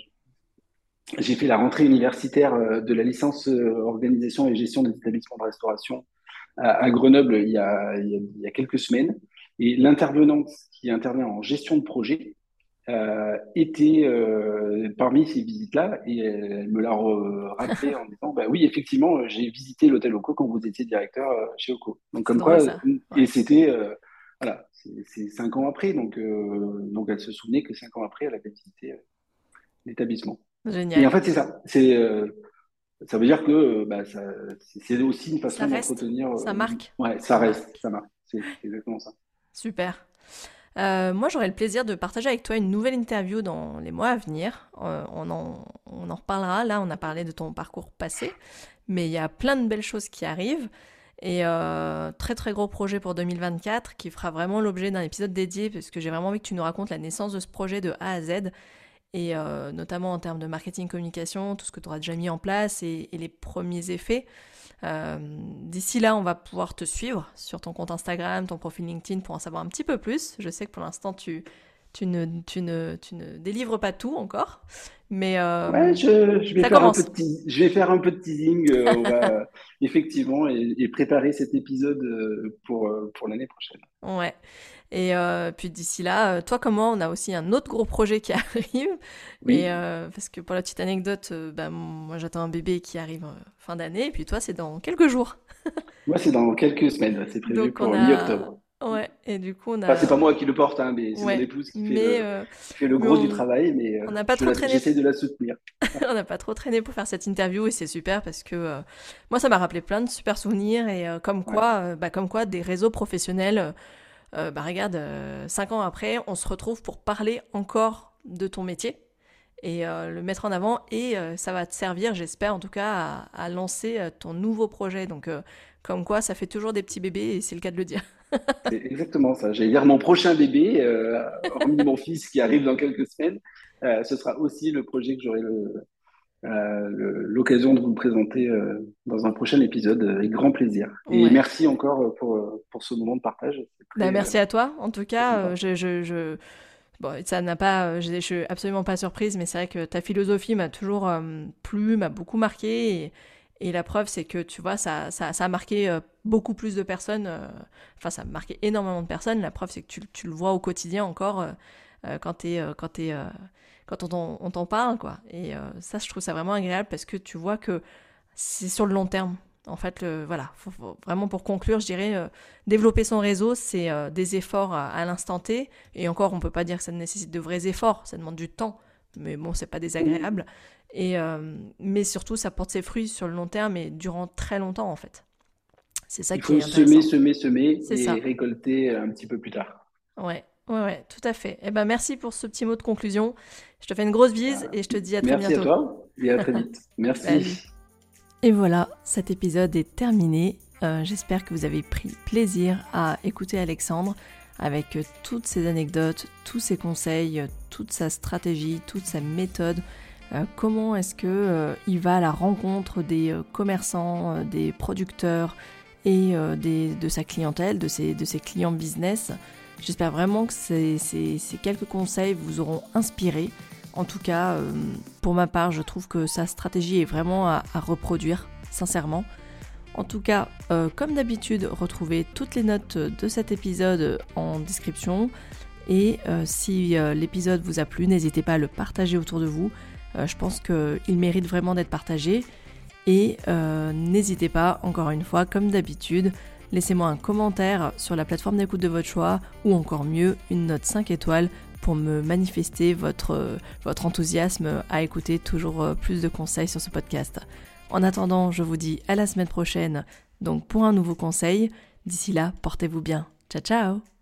j'ai fait la rentrée universitaire euh, de la licence euh, organisation et gestion des établissements de restauration à, à Grenoble il y, a, il, y a, il y a quelques semaines. Et l'intervenante qui intervient en gestion de projet euh, était euh, parmi ces visites-là et elle, elle me l'a re- rappelé en disant bah oui, effectivement, j'ai visité l'hôtel Oco quand vous étiez directeur euh, chez Oco. Donc, C'est comme drôle quoi, ça. et Ouais. c'était euh, voilà, c'est c'est cinq ans après. Donc, euh, donc, elle se souvenait que cinq ans après, elle avait visité euh, l'établissement. Et en Génial. fait, c'est ça. C'est euh, ça veut dire que euh, bah, ça, c'est c'est aussi une Ça façon reste, d'entretenir. ça euh, marque, ouais, ça ça reste, marque. ça marche. C'est c'est exactement ça. Super. Euh, moi, j'aurai le plaisir de partager avec toi une nouvelle interview dans les mois à venir. Euh, on, en, on en reparlera. Là, on a parlé de ton parcours passé, mais il y a plein de belles choses qui arrivent. Et euh, très très gros projet pour deux mille vingt-quatre qui fera vraiment l'objet d'un épisode dédié parce que j'ai vraiment envie que tu nous racontes la naissance de ce projet de A à Z et euh, notamment en termes de marketing communication, tout ce que tu auras déjà mis en place et, et les premiers effets. Euh, D'ici là, on va pouvoir te suivre sur ton compte Instagram, ton profil LinkedIn pour en savoir un petit peu plus. Je sais que pour l'instant, tu, tu, ne, tu, ne, tu ne délivres pas tout encore, mais Ouais, euh, je, je vais ça faire un peu commence. de teas- je vais faire un peu de teasing, euh, on va, euh, effectivement, et, et préparer cet épisode euh, pour, euh, pour l'année prochaine. Ouais. Et euh, puis d'ici là, euh, toi comment on a aussi un autre gros projet qui arrive. Et Oui, euh, parce que pour la petite anecdote, euh, bah, moi j'attends un bébé qui arrive euh, fin d'année, et puis toi c'est dans quelques jours. moi c'est dans quelques semaines, c'est prévu Donc on pour a, mi-octobre. ouais. Et du coup on Enfin, c'est pas a, moi qui le porte, hein, mais c'est mon ouais. épouse qui fait Mais le, euh, qui fait le mais gros du on travail, mais euh, on n'a pas je trop la- traîné. j'essaie de la soutenir. On n'a pas trop traîné pour faire cette interview et c'est super parce que euh, moi ça m'a rappelé plein de super souvenirs et euh, comme Ouais. quoi, euh, bah, comme quoi des réseaux professionnels. Euh, bah regarde, euh, cinq ans après, on se retrouve pour parler encore de ton métier et euh, le mettre en avant et euh, ça va te servir, j'espère en tout cas, à, à lancer euh, ton nouveau projet. Donc euh, comme quoi, ça fait toujours des petits bébés et c'est le cas de le dire. C'est exactement ça. J'allais dire mon prochain bébé, euh, hormis mon fils qui arrive dans quelques semaines, euh, ce sera aussi le projet que j'aurai le, euh, le- l'occasion de vous présenter euh, dans un prochain épisode euh, avec grand plaisir. Et Ouais. merci encore euh, pour, euh, pour ce moment de partage. C'est Bah, très, euh, merci à toi. En tout très cas, euh, sympa. je, je, je... Bon, ça n'a pas, euh, je je suis absolument pas surprise, mais c'est vrai que ta philosophie m'a toujours euh, plu, m'a beaucoup marqué. Et, et la preuve, c'est que tu vois, ça, ça, ça a marqué euh, beaucoup plus de personnes. euh, Enfin, ça a marqué énormément de personnes. La preuve, c'est que tu, tu le vois au quotidien encore euh, euh, quand t'es, euh, quand t'es, euh, quand on t'en, on t'en parle, quoi. Et euh, ça, je trouve ça vraiment agréable parce que tu vois que c'est sur le long terme. En fait, le, voilà, faut, faut- vraiment pour conclure, je dirais, euh, développer son réseau, c'est euh, des efforts à, à l'instant T. Et encore, on peut pas dire que ça nécessite de vrais efforts, ça demande du temps. Mais bon, c'est pas désagréable. Et, euh, mais surtout, ça porte ses fruits sur le long terme et durant très longtemps, en fait. C'est ça Il qui faut est semer, intéressant. semer, semer C'est et ça. récolter un petit peu plus tard. Ouais, ouais, ouais, tout à fait. Eh ben, merci pour ce petit mot de conclusion. Je te fais une grosse bise Voilà. et je te dis à très Merci à bientôt. toi et à très vite. Salut. Merci. Et voilà, cet épisode est terminé. Euh, j'espère que vous avez pris plaisir à écouter Alexandre avec euh, toutes ses anecdotes, tous ses conseils, euh, toute sa stratégie, toute sa méthode. Euh, comment est-ce que euh, il va à la rencontre des euh, commerçants, euh, des producteurs et euh, des, de sa clientèle, de ses, de ses clients business. J'espère vraiment que ces, ces, ces quelques conseils vous auront inspiré. En tout cas, euh, pour ma part, je trouve que sa stratégie est vraiment à, à reproduire, sincèrement. En tout cas, euh, comme d'habitude, retrouvez toutes les notes de cet épisode en description. Et euh, si euh, l'épisode vous a plu, n'hésitez pas à le partager autour de vous. Euh, je pense qu'il mérite vraiment d'être partagé. Et euh, n'hésitez pas, encore une fois, comme d'habitude, laissez-moi un commentaire sur la plateforme d'écoute de votre choix ou encore mieux, une note cinq étoiles pour me manifester votre, votre enthousiasme à écouter toujours plus de conseils sur ce podcast. En attendant, je vous dis à la semaine prochaine donc pour un nouveau conseil. D'ici là, portez-vous bien. Ciao ciao!